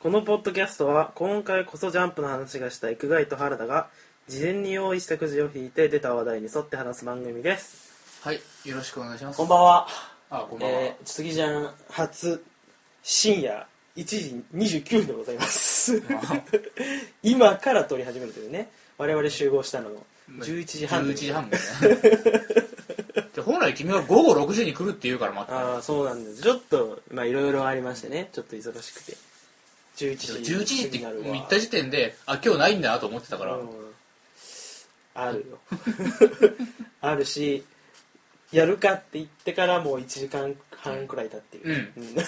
このポッドキャストは今回こそジャンプの話がしたい久我井と原田が事前に用意したくじを引いて出た話題に沿って話す番組です。 はい、よろしくお願いします。 こんばんは。 こんばんは。 次じゃん初深夜1時29分でございます今から撮り始めるというね。我々集合したのも11時半 11時半だね本来君は午後6時に来るって言うから待って。 ああ、そうなんです。ちょっといろいろありましてね、ちょっと忙しくて 11時って言った時点で今日ないんだなと思ってたから、 あるよあるし、やるかって言ってからもう1時間半くらい経ってる、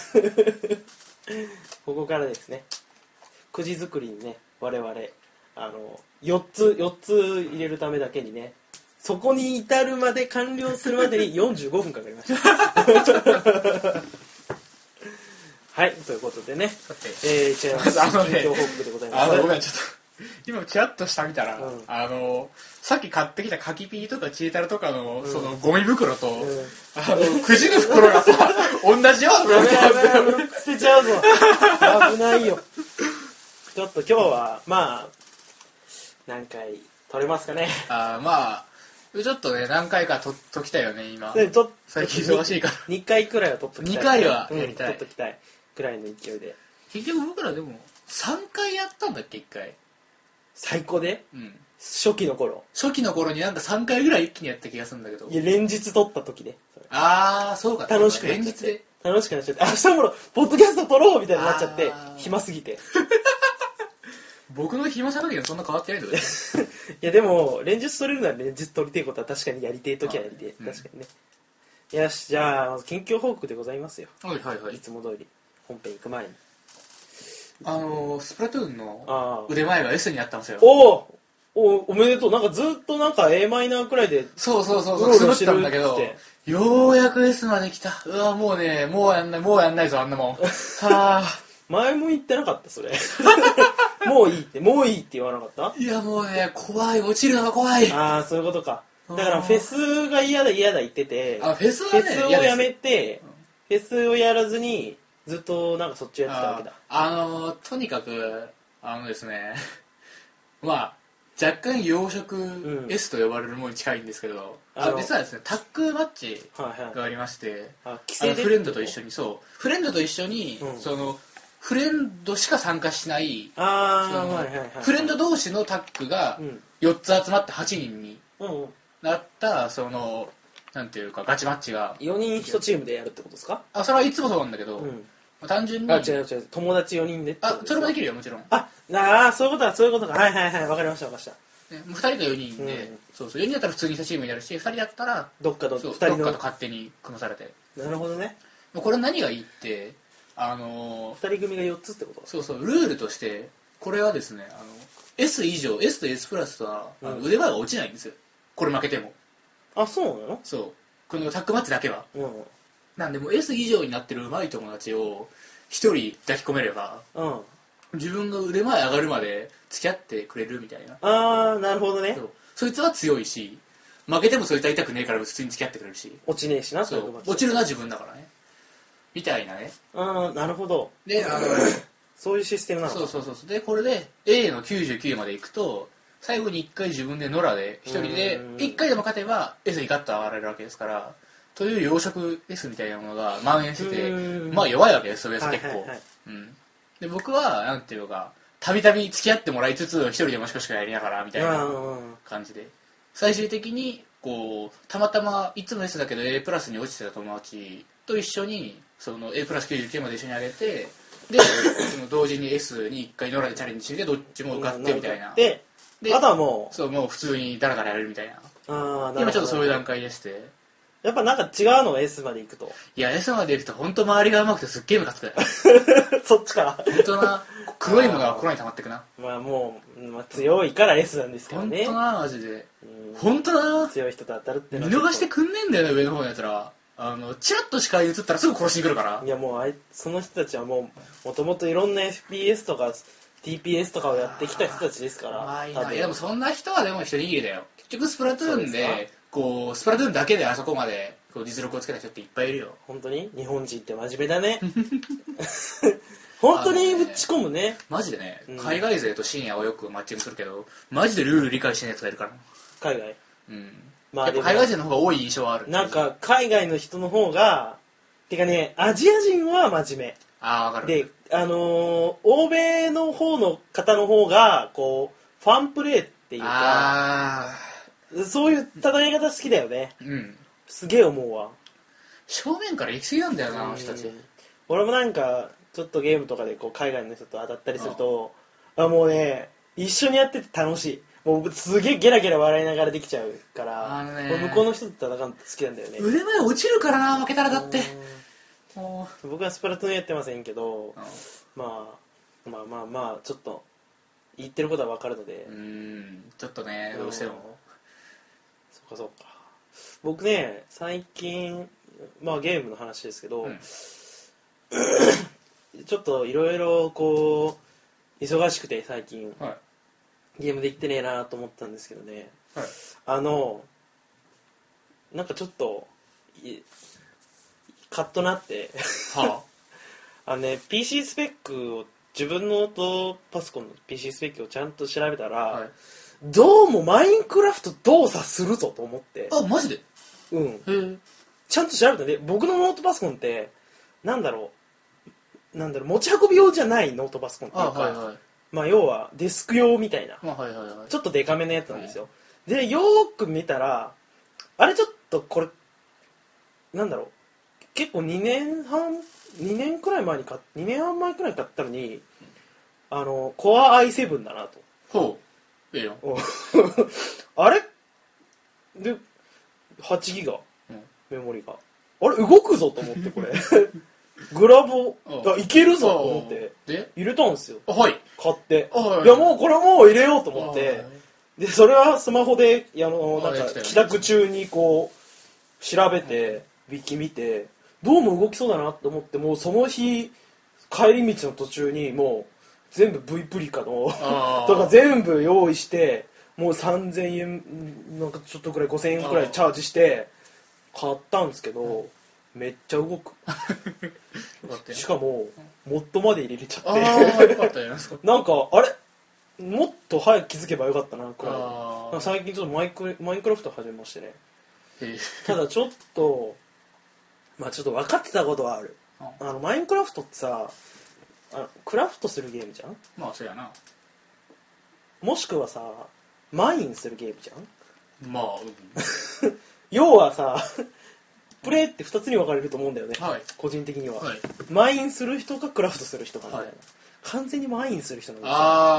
ここからですね、くじ作りにね、我々4つ入れるためだけにね、そこに至るまで完了するまでに45分かかりましたはい、ということでね、一応近況報告でございます。 ごめん、ちょっと今チラッと下見たら、さっき買ってきた柿ピーとかチータルとかの、そのゴミ袋と、くじの袋がさ同じような捨てちゃうぞ危ないよ。ちょっと今日は何回撮れますかね。 ちょっとね、何回か撮きたいよね今。最近忙しいから 2回くらいは撮っときたい。 2回はやりたい、 撮っときたいくらいの勢いで。 結局僕らでも3回やったんだっけ、1回。 最高で、初期の頃になんか3回ぐらい一気にやった気がするんだけど。 いや、連日撮った時で。 そうか。 楽しくなっちゃって。楽しくなっちゃって、明日もポッドキャスト撮ろうみたいになっちゃって、暇すぎて僕の暇さ加減そんな変わってないってことですいやでも連日撮れるなら連日撮りてえことは確かにやりてえ時はやりてえ、確かにね。よし、じゃあまず近況報告でございますよ。 はいはいはい。 いつも通り本編行く前にスプラトゥーンの腕前が S になったんですよ。 おめでとう。なんかずっとなんか A マイナーくらいでそうつぶったんだけど、ようやく S まで来た。うわ、もうね、もうやんないぞあんなもんはあ。 前も言ってなかったそれもういいって言わなかった？ いやもうね、怖い、落ちるのが怖い。 そういうことか。だからフェスが嫌だ言ってて、 フェスはね、 フェスをやめて、フェスをやらずにずっとなんかそっちやってたわけだ。 とにかくですね若干養殖 S と呼ばれるものに近いんですけど、実はですね、タッグマッチがありまして、フレンドと一緒にそのフレンドしか参加しないフレンド同士のタッグが4つ集まって8人になったそのなんていうかガチマッチが 4人1チームでやるってことですか？ それはいつもそうなんだけど、単純に違う友達4人でってそれもできるよ、もちろん。 そういうことか。はいわかりました 2人か4人で、4人だったら普通に1チームになるし、2人だったらどっかと 2人と勝手に組まされて。 なるほどね。 これ何がいいって 2人組が4つってこと？ ルールとしてこれはですね、S 以上 S と S プラスとは腕前が落ちないんですよ、これ負けても。 そうなの？ このタッグマッチだけは、なんでもう S 以上になってる上手い友達を1人抱き込めれば、自分が腕前上がるまで付き合ってくれるみたいな。 なるほどね。 そいつは強いし、負けてもそいつは痛くねえから普通に付き合ってくれるし、 落ちねえしな。 落ちるのは自分だからね、みたいなね。 なるほど。でそういうシステムなのか。 そうで、これで A の99まで行くと最後に1回自分で野良で1人で1回でも勝てば S にガッと上がれるわけですから、という養殖 S みたいなものが蔓延してて、弱いわけです、結構。で、僕はなんていうか、たびたび付き合ってもらいつつ一人でもしこしこやりながらみたいな感じで、最終的にたまたまいつも S だけど A プラスに落ちてた友達と一緒にその A プラス99まで一緒に上げて、でその同時に S に1回野良でチャレンジしてどっちも受かってみたいな。であとはもう普通にダラダラやれるみたいな。今ちょっとそういう段階でして。 やっぱなんか違うの S まで行くと。 いや S まで行くと本当周りが上手くてすっげえムカつくよそっちから本当な、黒いものが心に溜まってくな。 もう、強いから S なんですけどね。 本当な、マジで本当な、 強い人と当たるって見逃してくんねえんだよね、上の方のやつらは。チラッと視界映ったらすぐ殺しに来るから。 いやもうその人たちはもともといろんな FPS とか TPS とかをやってきた人たちですから。 いやでもそんな人はでも一握りだよ。結局スプラトゥーンでスプラトゥーンだけであそこまで実力をつけた人っていっぱいいるよ。 本当に日本人って真面目だね本当にぶち込むね。 マジでね、 うん海外勢と深夜はよくマッチングするけど、マジでルール理解してないやつがいるから。 海外。まあやっぱ海外勢の方が多い印象はある。 なんか海外の人の方が、てかね、アジア人は真面ああ、わかる。 目。で、欧米の方の方の方が、こう、ファンプレーっていうか、 あそういう戦い方好きだよね。 あ、うん。 すげえ思うわ。 正面から行き過ぎなんだよな、あの人たち。 俺もなんか、ちょっとゲームとかでこう海外の人と当たったりすると、もうね、一緒にやってて楽しい。もうすげえゲラゲラ笑いながらできちゃうから、俺向こうの人と戦うの好きなんだよね。 腕前落ちるからな、負けたらだって。 僕はスプラトゥーンやってませんけど、まあちょっと言ってることは分かるので、 ちょっとね、どうしても。 そうか。僕ね、最近、まあゲームの話ですけど、ちょっといろいろこう忙しくて最近、ゲームできてねえなと思ったんですけどね、なんかちょっとカッとなってPC スペックを自分のノートパソコンの PC スペックをちゃんと調べたら、どうもマインクラフト動作するぞと思って。 あ、マジで？ ちゃんと調べたね。僕のノートパソコンってなんだろう持ち運び用じゃないノートパソコンっていうか、まあ要はデスク用みたいな、ちょっとデカめのやつなんですよ。でよーく見たら、あれちょっとこれ結構2年くらい前に2年半前くらいに買ったのに、Core i7 だなと。 ほう、いいよ。 あれで8ギガ、メモリがあれ動くぞと思って、これグラボいけるぞと思って入れたんですよ。買っていやもうこれもう入れようと思って、でそれはスマホでなんか帰宅中にこう調べてウィキ見て、どうも動きそうだなと思って、もうその日帰り道の途中にもう全部 V プリカのとか全部用意して、もう3000円なんかちょっとくらい5000円くらいチャージして買ったんですけど、めっちゃ動くしかもモッドまで入れちゃってなんかあれもっと早く気づけばよかったなくらい。最近ちょっとマインクラフト始めましてね。ただちょっとちょっと分かってたことはある。マインクラフトってさ、クラフトするゲームじゃん。 まあそうやな。 もしくはさマインするゲームじゃん。 まあ、 要はさプレイって2つに分かれると思うんだよね、個人的には、マインする人かクラフトする人かみたいな、完全にマインする人なん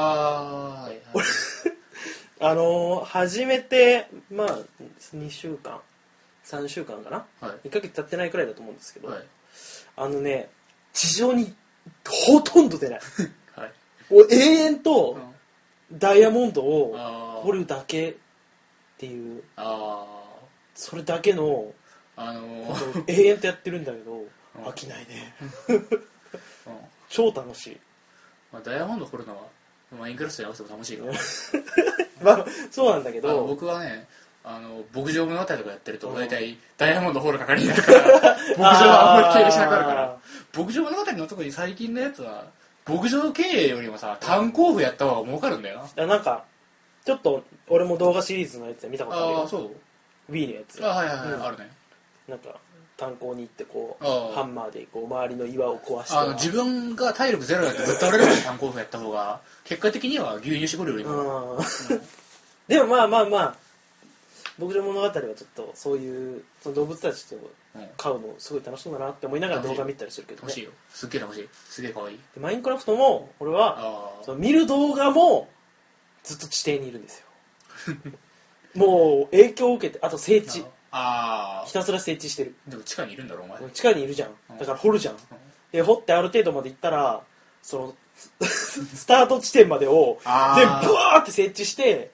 ですよ。始めてまあ2週間3週間かな、1ヶ月経ってないくらいだと思うんですけど、地上にほとんど出ない永遠とダイヤモンドを掘るだけっていう、それだけの永遠とやってるんだけど飽きないね超楽しい。 ダイヤモンド掘るのはマインクラフトに合わせても楽しいからまあそうなんだけど、 僕はね牧場物語とかやってると大体ダイヤモンド掘る係になるから牧場はあんまり経営しなくなるから。牧場物語の特に最近のやつは牧場経営よりもさ炭鉱夫やった方が儲かるんだよな。 なんかちょっと俺も動画シリーズのやつで見たことあるよ。 そう Wii のやつ。 あるね。 なんか炭鉱に行ってこうハンマーでこう周りの岩を壊して、 自分が体力ゼロだってぶっ倒れるような炭鉱夫やった方が結果的には牛乳搾るよりもでもまあ牧場物語はちょっとそういうその動物たちと飼うのすごい楽しそうだなって思いながら動画見たりするけどね。 楽しいよ。すっげえ楽しい。すげえ可愛い。 マインクラフトも俺はその見る動画もずっと地底にいるんですよもう影響を受けて、あと整地ひたすら整地してる。 でも地下にいるんだろお前。 地下にいるじゃん。だから掘るじゃん。で掘ってある程度まで行ったらそのスタート地点までを全部ブワーって設置して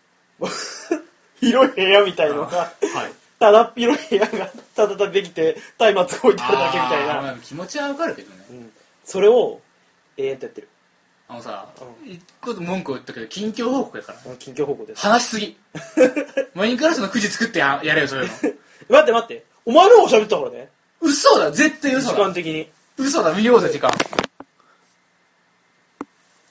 広い部屋みたいのがただ広い部屋がただできて松明置いてあるだけみたいな。 気持ちはわかるけどね、 それを永遠とやってる。 一個文句を言ったけど近況報告やから。 近況報告です。 話しすぎマインクラフトのくじ作ってやれよそういうの待ってお前の方が喋ったからね。 嘘だ、絶対嘘だ。 時間的に嘘だ、見ようぜ時間。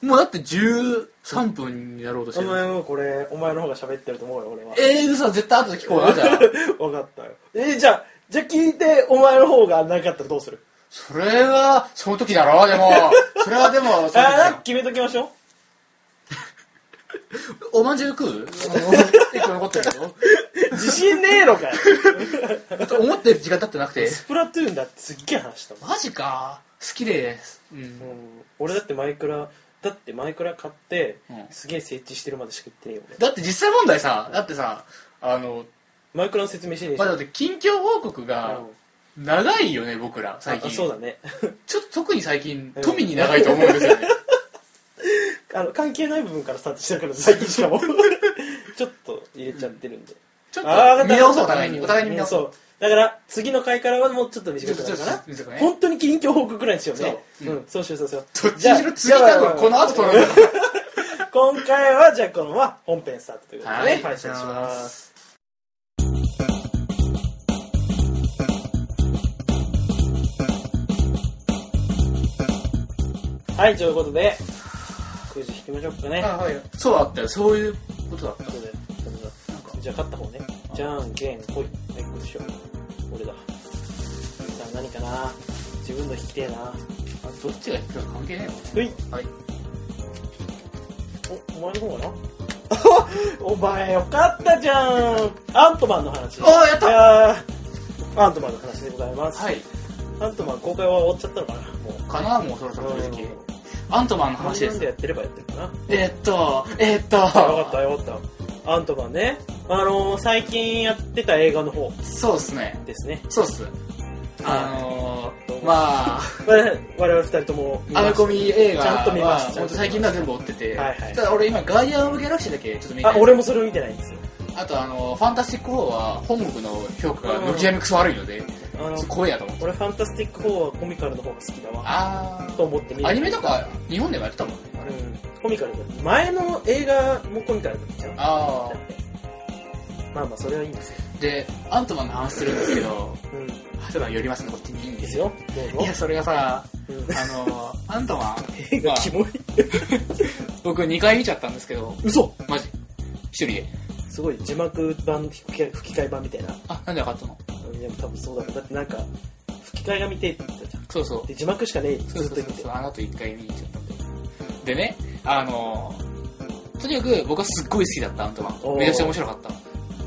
もうだって13分になろうとしてる。 お前もこれお前の方が喋ってると思うよ俺は。 嘘、絶対後で聞こうな、じゃあ。 分かったよ。じゃあ聞いてお前の方がなかったらどうする？ それはその時だろ。でもそれはでもその時だろ。 決めときましょう。 おまんじゅう食う？一個残ってるよ。 自信ねえのかよ。 思ってる時間経ってなくて。 スプラトゥーンだってすっげえ話したもん。 マジか。好きです。 俺だってマイクラ買って、 うんすげえ設置してるまでしか言ってねえよ俺。 だって実際問題さ、だってさ、 マイクラの説明してねえし。 まあ、だって近況報告が長いよね、僕ら最近。 そうだね。 ちょっと特に最近富に長いと思うんですよね。 関係ない部分からスタートしてるから最近しかもちょっと入れちゃってるんで、 ちょっと見直そう。お互いに見直そう。 だから次の回からはもうちょっと短くなるかな。本当に近況報告ぐらいにしようね。そうしよう。 どっちにしろ次多分この後撮るんだよ。 今回はじゃあこのまま本編スタートということでね、 はい、 配信します。はい、ということでクイズ引きましょうかね。 はい、そうだったよ、そういうことだった。 そうだよ。じゃあ勝った方ね。じゃんけんぽい。はい、これしよう。俺だ。さあ何かな。自分の引きてえな。 どっちが引くか関係ないの？はい。 お前の方かな。お前よかったじゃん。アントマンの話。 やった。 アントマンの話でございます。 はい。 アントマン公開は終わっちゃったのかな。 もうそろそろ正直。アントマンの話です。 なんでやってればやってるかな。よかった。アントマンね。最近やってた映画の方。 そうですね。そうっす。まあ我々二人ともアメコミ映画ちゃんと見ました。 本当最近のは全部追ってて。 はいはい。 ただ俺今ガーディアン・オブ・ギャラクシーだけちょっと見て。 俺もそれ見てないんですよ。 あとファンタスティック4は本国の評価が軒並みクソ悪いので、怖いやと思って。 俺ファンタスティック4はコミカルの方が好きだわ。と思って見る。 アニメとか日本でもやってたもんね。 コミカルだ。前の映画もコミカルだったじゃん。まあそれはいいんですよ。 で、アントマンの話するんですけど、アントマン寄りますね、こっちにいいんですよ。いや、それがさ、アントマン、 映画キモい。 僕2回見ちゃったんですけど、 嘘マジ一人で。 すごい、字幕版、吹き替え版みたいな。 なんで分かったの？ いや、多分そうだろう。だってなんか、吹き替えが見てって言ったじゃん。 そうそう。 で、字幕しかねえってずっと言って。 そう、あの後1回見に行っちゃったんで。でね、とにかく僕はすっごい好きだった、アントマン。めちゃくちゃ面白かった。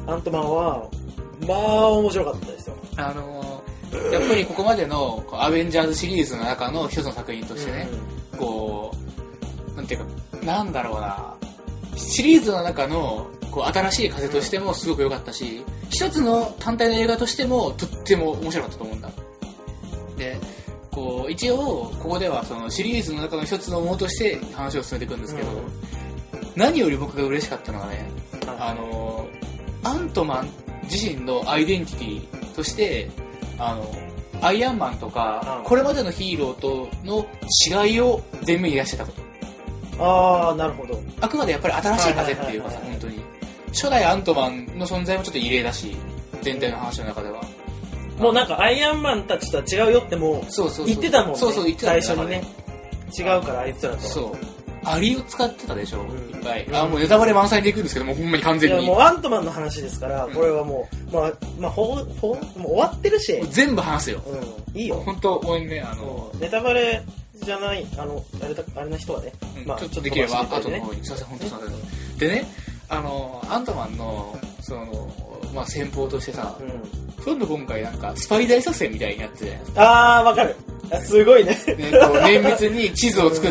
アントマンは、まあ面白かったですよ。 やっぱりここまでのアベンジャーズシリーズの中の一つの作品としてね、なんていうか、なんだろうな、シリーズの中の新しい風としてもすごく良かったし、一つの単体の映画としてもとっても面白かったと思うんだ。で、一応ここではそのシリーズの中の一つのものとして話を進めていくんですけど、何より僕が嬉しかったのがね、アントマン自身のアイデンティティとしてアイアンマンとか、これまでのヒーローとの違いを前面に出してたこと。 なるほど。 あくまでやっぱり新しい風っていうかさ、本当に初代アントマンの存在もちょっと異例だし、全体の話の中ではもうなんかアイアンマンたちとは違うよっても言ってたもんね。最初にね、違うからあいつらと。そう、 アリを使ってたでしょ、いっぱい。もうネタバレ満載でいくんですけども、ほんまに完全に。 いや、もうアントマンの話ですから、これはもうもう終わってるし。 全部話すよ。 いいよ。 本当ごめんね、 ネタバレじゃないあれな人はね、 ちょっとできれば後の方に。すいません、本当すいません。でね、アントマンの戦法としてさ、今回なんかスパイ大作戦みたいになってて。 わかる。すごいね。 綿密に地図を作って、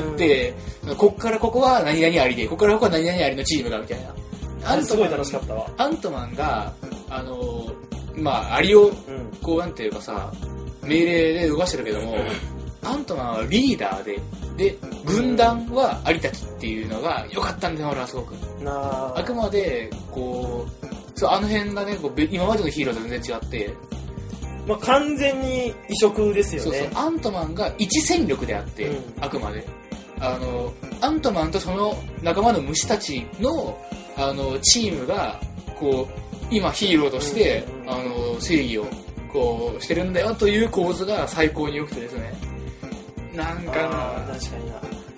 こっからここは何々ありで、こっからここは何々ありのチームがみたいな。 すごい楽しかったわ。 アントマンがアリをなんていうかさ、命令で動かしてるけども、アントマンはリーダーで軍団はアリたちっていうのが良かったんだよ、俺はすごく。あくまであの辺がね、今までのヒーローと全然違って、 完全に異色ですよね。 そう、アントマンが一戦力であって、あくまでアントマンとその仲間の虫たちのチームが今ヒーローとして正義をしてるんだよという構図が最高に良くてですね。なんか確かにな。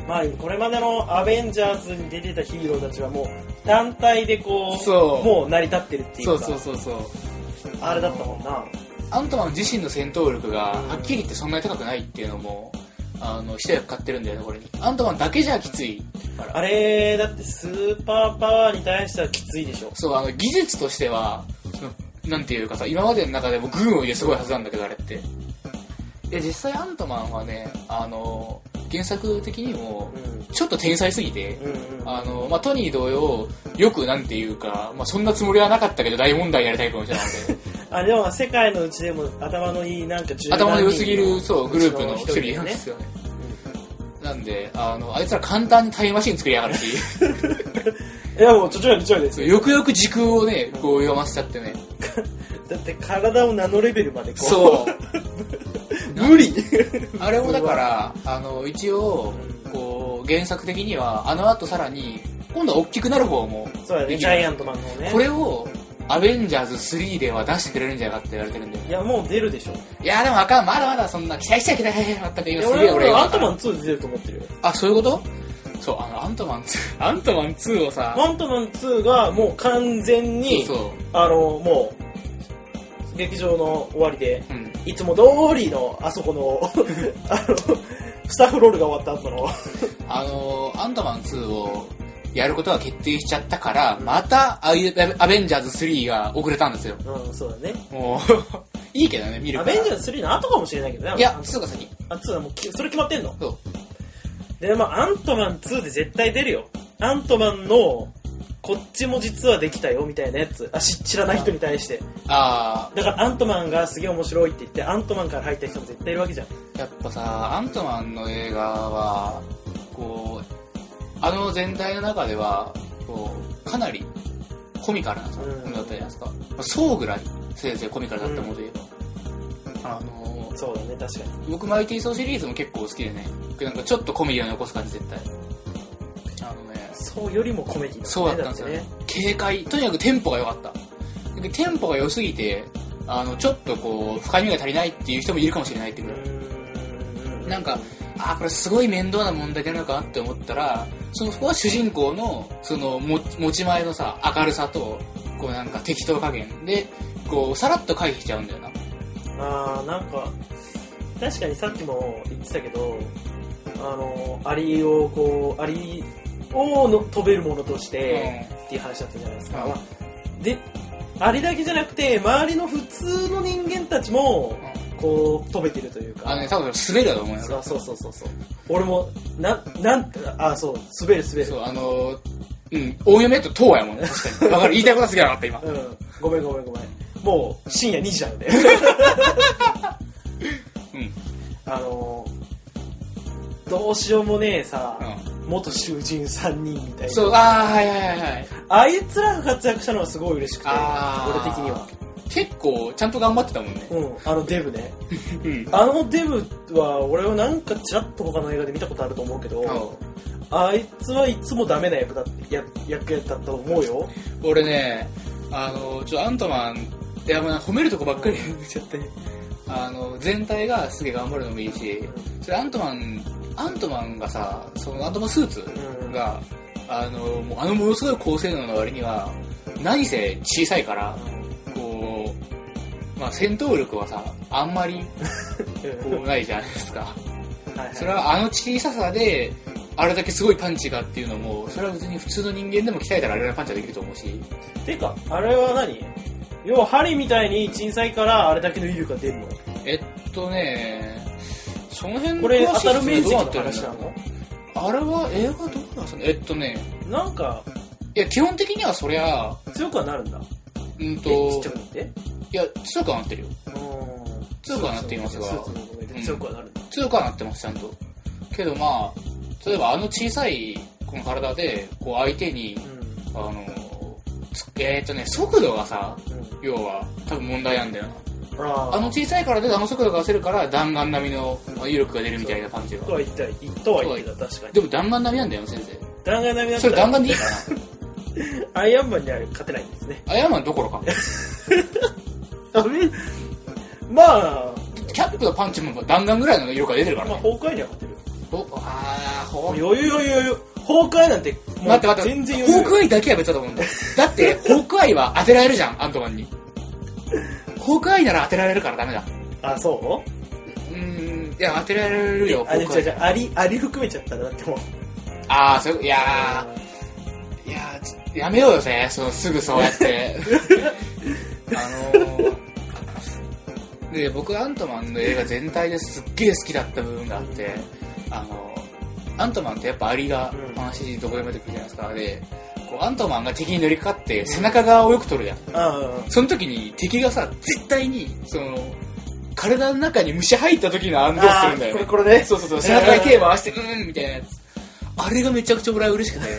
まあこれまでのアベンジャーズに出てたヒーローたちはもう単体でこうそうもう成り立ってるっていうか、 そうあれだったもんな。 アントマン自身の戦闘力がはっきり言ってそんなに高くないっていうのも一役買ってるんだよねこれに。アントマンだけじゃきついあれだってスーパーパワーに対してはきついでしょ。 そう技術としてはなんていうかさ今までの中でも群を入れすごいはずなんだけどあれって実際アントマンはね原作的にもちょっと天才すぎて、トニー同様よくなんていうか、そんなつもりはなかったけど大問題やるタイプの人なのであれでも世界のうちでも頭のいいなんか頭の良すぎるそうグループの一人なんですよね、なんであいつら簡単にタイムマシン作りやがるっていういやもうちょいですよ。 よくよく時空をねこう読ませちゃってねだって体をナノレベルまでこうそう無理あれもだから一応こう原作的には後さらに今度は大きくなる方もそうだね、ジャイアントマンのね。 これをアベンジャーズ3では出してくれるんじゃないかって言われてるんだよ。 いやもう出るでしょ。 いやでもあかん、まだまだそんな期待しちゃいけない全く今すげえ俺アントマン2で出ると思ってるよ。 あ、そういうこと？そうアントマン2をさ、 アントマン2がもう完全にもう劇場の終わりで、いつも通りのあそこのスタッフロールが終わった後のアントマン2をやることが決定しちゃったからまたアベンジャーズ3が遅れたんですよ。 そうだね。 もういいけどね見るから。 アベンジャーズ3の後かもしれないけどね。 いや2が先。 2はもうそれ決まってんの。 そうでアントマン2で絶対出るよ。アントマンのこっちも実はできたよみたいなやつ、知らない人に対して。だからアントマンがすげえ面白いって言ってアントマンから入った人も絶対いるわけじゃん。 やっぱさアントマンの映画はこう全体の中ではこうかなりコミカルなものだったじゃないですか。そうぐらいせいぜいコミカルだったもので言えば、 そうだね、確かに。 僕マイティーソーシリーズも結構好きでね、なんかちょっとコメディを残す感じ絶対。 そうよりもコメディだね。 そうだったんですよね。軽快、とにかくテンポが良かった。テンポが良すぎてちょっとこう深みが足りないっていう人もいるかもしれないってぐらい。なんかこれすごい面倒な問題なのかなって思ったらそこは主人公のその持ち前のさ明るさとこうなんか適当加減でこうさらっと回避しちゃうんだよな。 なんか確かにさっきも言ってたけどアリを飛べるものとしてっていう話だったじゃないですか。でアリだけじゃなくて周りの普通の人間たちもこう飛べてるというか。 多分滑るだと思うよ。 そう。俺もそう滑る。そう大読めと東やもんね。確かに。わかる。言いたいことすぎなかった今。 ごめん。もう深夜2時なので。どうしようもねえさ、元囚人3人みたいな。 そうはいあいつらが活躍したのはすごい嬉しくて、俺的には。 結構ちゃんと頑張ってたもんね。 デブね。デブは俺はなんかちらっと他の映画で見たことあると思うけど、あいつはいつもダメな役だったと思うよ。 俺ね、アントマン、いや褒めるとこばっかり言っちゃって、全体がすげえ頑張るのもいいし、それアントマンがさ、そのアントマンスーツが、ものすごい高性能の割には、何せ小さいから、戦闘力はさあんまりこうないじゃないですか。それは小ささであれだけすごいパンチがっていうのもそれは別に普通の人間でも鍛えたらあれぐらいパンチはできると思うし。 てかあれは要は針みたいに小さいからあれだけの威力が出るの？ その辺これ当たる面積の話なの？ あれは映画どうなんですかね。 なんかいや基本的にはそりゃ強くはなるんだ。ちっちゃくなって？ いや強くはなってるよ。強くはなっていますが、 強くはなるんだ。 強くはなってますちゃんと。けど例えば小さいこの体でこう相手に、速度がさ、要は多分問題なんだよな。小さい体で速度が出せるから弾丸並みの威力が出るみたいな感じが。 とは言ってた確かに。 でも弾丸並みなんだよ先生。 弾丸並みだったらそれ弾丸でいいかな。 アイアンマンには勝てないんですね。 アイアンマンどころか。 キャップのパンチも弾丸ぐらいの威力が出てるからね。 崩壊には勝てる。 余裕。ホークアイなんてもう待って全然余裕。 ホークアイだけは別だと思うんだよ。だってホークアイは当てられるじゃん、アントマンに。ホークアイなら当てられるからダメだ。 あ、そう？ いや、当てられるよ。 あ、違う、アリ含めちゃったらだってもう。 いややめようよね、すぐそうやって。で、僕アントマンの映画全体ですっげえ好きだった部分があって、アントマンってやっぱアリが話どこでも出てくるじゃないですか。で、こうアントマンが敵に乗りかかって背中側をよく取るじゃん。その時に敵がさ、絶対に体の中に虫入った時の安堵するんだよね。 これね。 そう、背中に手回してみたいなやつ。あれがめちゃくちゃ俺は嬉しくて、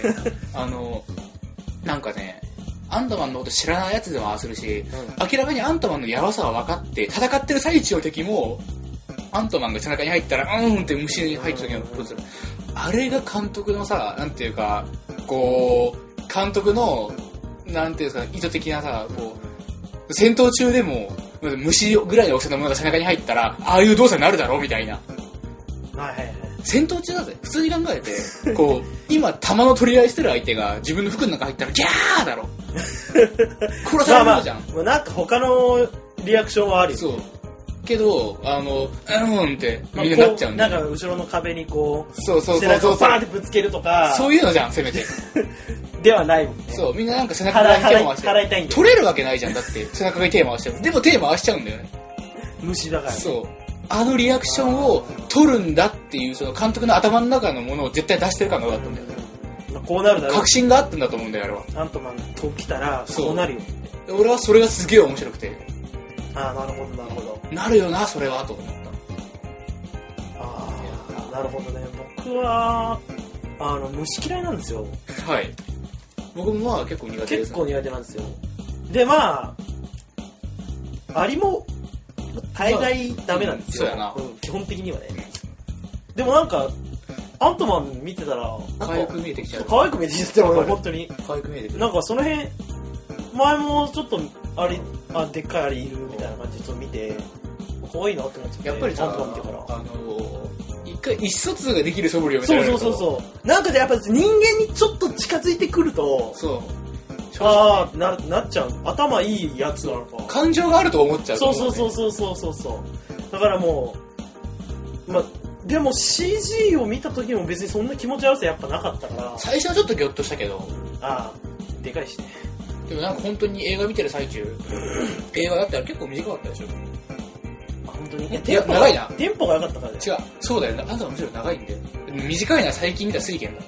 なんかね、アントマンのこと知らないやつでもああするし、明らかにアントマンのヤバさは分かって戦ってる最中の敵もアントマンが背中に入ったらって虫に入った時のプロする。あれが監督のさ、なんていうかこう監督のなんていうんですか、意図的なさ、こう戦闘中でも虫ぐらいの大きさのものが背中に入ったらああいう動作になるだろうみたいな。戦闘中だぜ、普通に考えてこう今弾の取り合いしてる相手が自分の服の中入ったらギャーだろ殺されるじゃん。 なんか他のリアクションはあるよ。 そうけどってみんななっちゃうんだよ。 なんか後ろの壁にこうそう背中をバーンってぶつけるとかそういうのじゃん、せめてではないもんね。 そう、みんななんか背中に手回して払いたいんだよ。 取れるわけないじゃん、だって背中に手回しちゃう。でも手回しちゃうんだよね、 虫だから、ね、 そうあのリアクションを取るんだっていうその監督の頭の中のものを絶対出してる感が分かったんだよね。 こうなるだろう、 確信があったんだと思うんだよ、あれは。 アントマンと来たらこうなるよって。 俺はそれがすげえ面白くて、 ああなるほどなるよなそれはと思った。 ああなるほどね。僕は虫嫌いなんですよ。 はい、僕もまあ結構苦手です、ね、 結構苦手なんですよ。でまあアリも大概ダメなんですよ、 そうやな、 基本的にはね。でもなんかアントマン見てたら可愛く見えてきちゃう。 可愛く見えてきちゃう。俺本当に可愛く見えてくる。 なんかその辺前もちょっとでっかいアリいるみたいな感じでちょっと見て可愛いなって思っちゃって、 やっぱりさ、 アントマン見てから一回意思疎通ができる素振りを見せられると。 そうなんかやっぱ人間にちょっと近づいてくるとそうああなっちゃう。頭いいやつなのか、 感情があると思っちゃうと思う、ね、 そうだからもうまあでも CG を見た時も別にそんな気持ち悪さやっぱなかったから、 最初はちょっとギョッとしたけど、 ああでかいしね。 でもなんか本当に映画見てる最中映画だったら結構短かったでしょ。 本当に。 いや長いな、 テンポが良かったからね。 違う、そうだよね、あんたはむしろ長いんだよ。短いのは最近見た水拳だ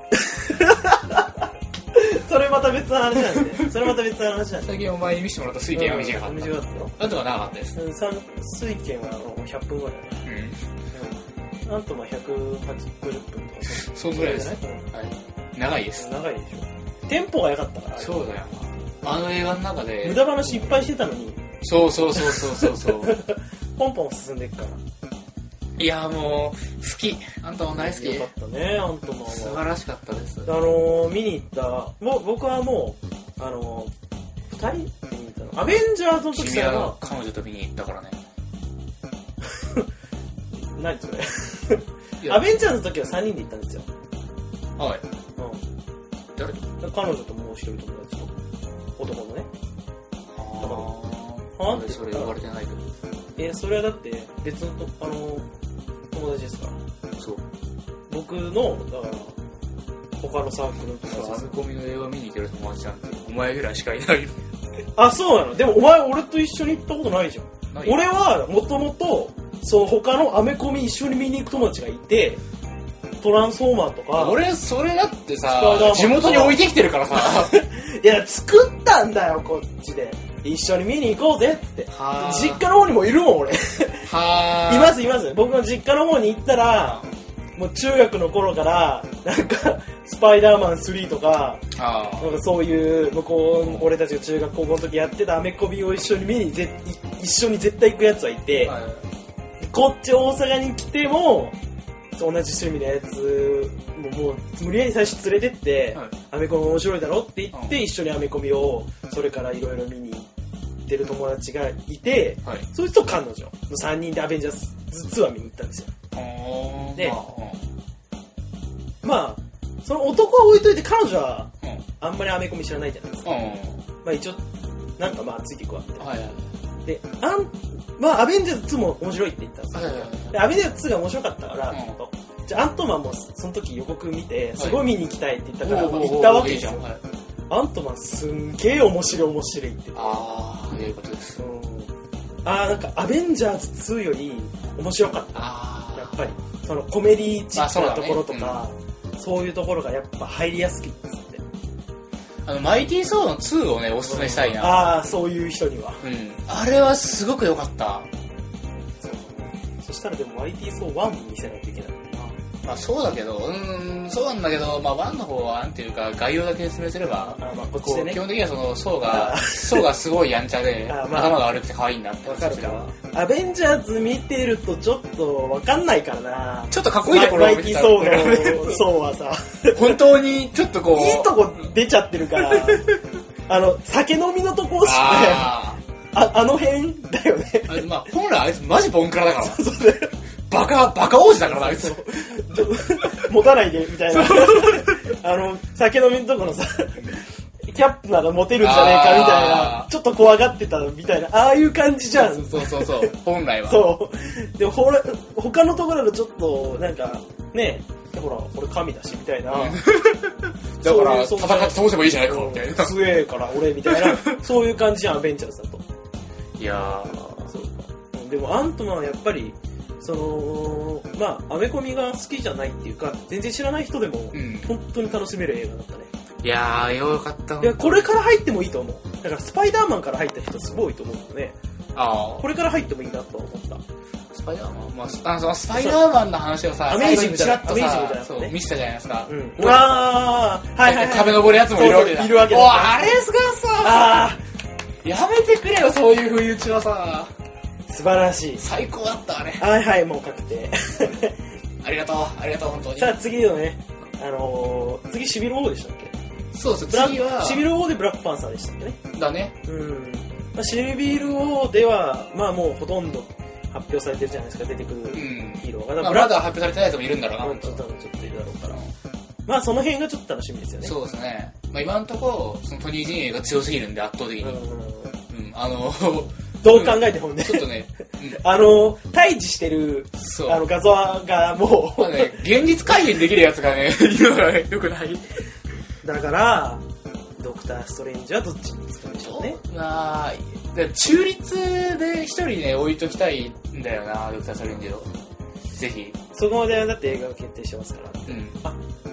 それまた別の話なんで最近お前に見せてもらった水拳は短かった、 短かったよ。 あとは長かったです。 水拳は100分ぐらいだね。なんと150分とかそんぐらいです。はい、長いです。 長いでしょ。テンポが良かったから。 そうだよ。あの映画の中で無駄話いっぱいしてたのに。 そうポンポン進んでいくから。 いやもう好き、アントマン大好き。 よかったね、アントマンは。 素晴らしかったです。 見に行った。僕はもう2人で見に行ったの。アベンジャーズの時から。 君は彼女と見に行ったからね。 何それアベンジャーズの時は3人で行ったんですよ。 はい。誰と？ 彼女ともう一人友達と男のね。 なんでそれ呼ばれてないと。 それはだって別の友達ですから。そう。僕のだから他のサークルの友達。 アメコミの映画見に行ける友達なんてお前ぐらいしかいないよ。 あ、そうなの。でもお前俺と一緒に行ったことないじゃん。俺はもともと他のアメコミ一緒に見に行く友達がいて、トランスフォーマーとか。 俺それだってさ、地元に置いてきてるからさ。 いや作ったんだよこっちで。一緒に見に行こうぜって実家の方にもいるもん俺。います僕の実家の方に行ったらもう中学の頃からなんかスパイダーマン3とかなんかそういう向こう俺たちが中学高校の時やってたアメコミを一緒に見に一緒に絶対行くやつはいて、こっち大阪に来ても同じ趣味のやつもう無理やり最初連れてって、アメコミ面白いだろって言って一緒にアメコミをそれからいろいろ見に行ってる友達がいて、そいつと彼女の3人でアベンジャーズ2は見に行ったんですよ。で、 まあその男は置いといて彼女はあんまりアメコミ知らないじゃないですか、まあ一応なんかまあついていくわって、はいはい、でまあアベンジャーズ2も面白いって言ったんですよ、はいはいはい、でアベンジャーズ2が面白かったから、じゃあアントマンもその時予告見てすごい見に行きたいって言ったから、行ったわけですよ、はい、アントマンすんげえ面白いって言って、 ああいうことです、 なんかアベンジャーズ2より面白かった、やっぱりそのコメディチックなところとか、そういうところがやっぱ入りやすくて、 マイティー・ソーの2をねおすすめしたいな、 そういう人には、 あれはすごく良かった。 そしたらでもマイティー・ソー1も見せないといけない。 まあそうだけど、そうなんだけど、まあ1の方はなんていうか概要だけ説明すれば、 こっちでね、 基本的にはそのソーがすごいやんちゃで、頭が悪くて可愛いんだって話だわ。 アベンジャーズ見てるとちょっとわかんないからな。 ちょっとかっこいいところマイティー・ソーのソーはさ、 本当にちょっとこういいとこ出ちゃってるから、酒飲みのとこしかあの辺だよね。 まあ本来あいつマジボンクラだから。そうだよ。バカ王子だからなあいつ。 持たないでみたいな。酒飲みのとこのさ、キャップなら持てるんじゃねえかみたいな、ちょっと怖がってたみたいな、ああいう感じじゃん。 そう本来は。 そうでも他のところだとちょっとなんかね、ほら俺神だしみたいな、だから戦って倒せばいいじゃないかみたいな、 強えから俺みたいなそういう感じじゃんアベンジャーズだと。 いやそうか。でもアントマンはやっぱりまあアメコミが好きじゃないっていうか全然知らない人でも本当に楽しめる映画だったね。 いやーよかった。 いやこれから入ってもいいと思う。だからスパイダーマンから入った人すごいと思うのね。これから入ってもいいなと思った。 スパイダーマン、そのスパイダーマンの話をさ、 アメージングチラッとさ、 そう見せたじゃないですか。 はいはい。 壁登るやつもいるわけだ。 いるわけだ。 あれすがさ、やめてくれよそういう不意打ちはさ。 素晴らしい。 最高だったあれ。 はいはい、もう確定。 ありがとう本当に。 さあ次のね、次シビル王でしたっけ？ そうです。次はシビル王でブラックパンサーでしたっけね。 だね。 シビル王ではまあもうほとんど発表されてるじゃないですか、出てくるヒーローが。 まだ発表されてないやつもいるんだろうな。 ちょっといるだろうから。まあその辺がちょっと楽しみですよね。 そうですね。まあ今のところそのトニー・ジェーンが強すぎるんで圧倒的に。 どう考えてもね。 ちょっとね。 対峙してる画像がもう。 まあね、現実改変できるやつがね、いるのがよくない。 だからドクター・ストレンジはどっちに使うんでしょうね。 中立で一人ね置いときたいんだよな、ドクター・ストレンジを。ぜひ。 そこまでだって映画が決定してますから。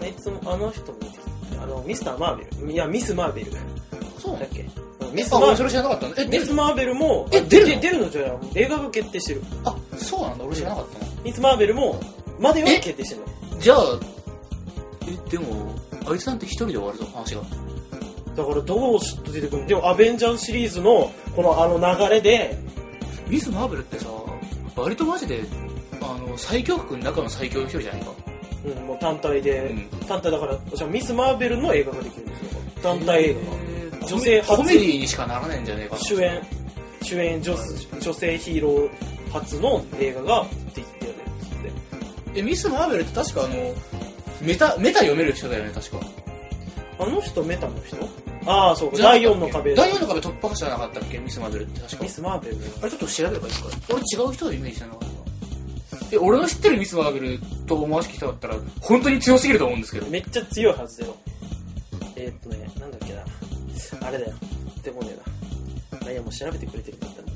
いつもあの人も出てきた。ミスター・マーベル。いやミス・マーベル。 そうだっけ？ それ知らなかったの？ ミス・マーベルも出るのじゃ映画が決定してる。 そうなんだ、俺知らなかったの。 ミス・マーベルもまでは決定してるの。 じゃあでもあいつなんて一人で終わるぞ話が。 だからどうして出てくるの？でもアベンジャーズシリーズのこの流れでミス・マーベルってさ割とマジで最強国の中の最強の一人じゃないか。 もう単体で、単体だからじゃあミス・マーベルの映画ができるんですよ。単体映画が女性初コメディにしかならないんじゃねえかな。 主演女性ヒーロー初の映画ができてるんで。 ミス・マーベルって確かメタ読める人だよね確か。 あの人メタの人？そうか。第4の壁突破者じゃなかったっけミス・マーベルって確か。 ミス・マーベルあれちょっと調べればいいか。俺違う人をイメージしてなかった。俺の知ってるミス・マーベルと思わしき人だったら本当に強すぎると思うんですけど。 めっちゃ強いはずだよ。なんだっけな、あれだよ。でもねいやもう調べてくれてるんだったら。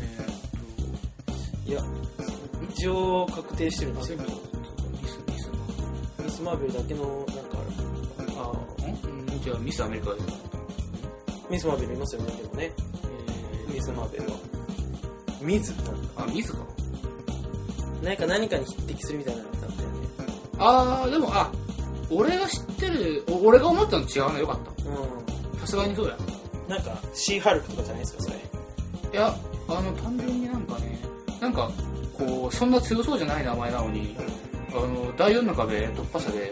いや一応確定してるんですよ。ミス・マーベルだけのなんかじゃあミス・アメリカで。 ミス・マーベルいますよね。でもね、ミス・マーベルはミズミズか。 何かに匹敵するみたいなのだったよね。 でも俺が知ってる、俺が思ったの違うのよかった。さすがにそうや。 なんかシーハルクとかじゃないですかそれ。 いや単純になんかこうそんな強そうじゃない名前なのに、第4の壁突破者で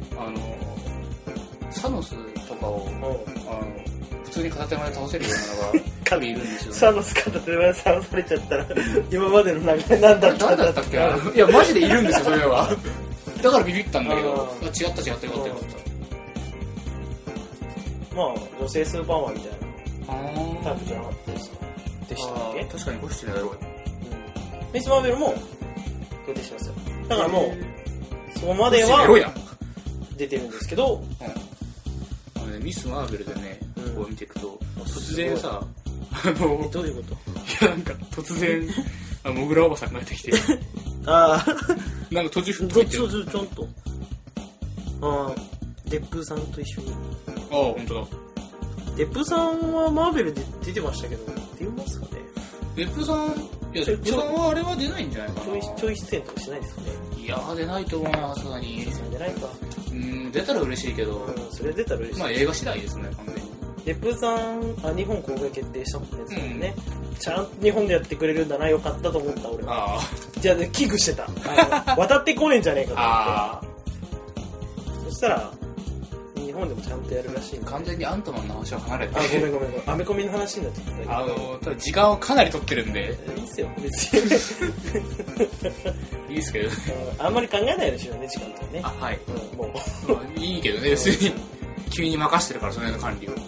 サノスとかを普通に片手間で倒せるようなのが神いるんですよね。 サノス片手間で倒されちゃったら今までの流れ何だったっけ。 いやマジでいるんですよそれは。 だからビビったんだけど、 あ違ったよかったよかった。 まあ女性スーパーマンみたいあなタイプじゃなかったですかでしたっけ。 確かにゴシチの野郎。 ミス・マーベルも決定しますよ。だからもうそこまでは出てるんですけど、 ミス・マーベルでね、こう見ていくと突然さ、 どういうこと。 いやなんか突然モグラおばさんが出てきてああなんか途中ちょっとデップーさんと一緒に。 ああ本当だ。 デップーさんはマーベルで出てましたけど出ますかね。 デップーさん、いやデップーさんはあれは出ないんじゃないかな。 ちょい出演とかしないですかね。 いや出ないと思うな、さすがに。 出ないか。 出たら嬉しいけど、 それ出たら嬉しい。 まあ映画次第ですね、完全に。 デップーさん日本公開決定したもんね、ちゃんと日本でやってくれるんだな、よかったと思った俺は。じゃあ、ね、危惧してた。渡ってこねえんじゃねえかと思って。そしたら日本でもちゃんとやるらしいんで。 完全にアントマンの話は離れて。 ごめんアメコミの話になっちゃったけど。 ただ時間をかなり取ってるんでいいっすよ別にいいっすけどあんまり考えないでしょうね、時間とかね。 はい、 もうまあ、いいけどね、別に君に任してるからその辺の管理を。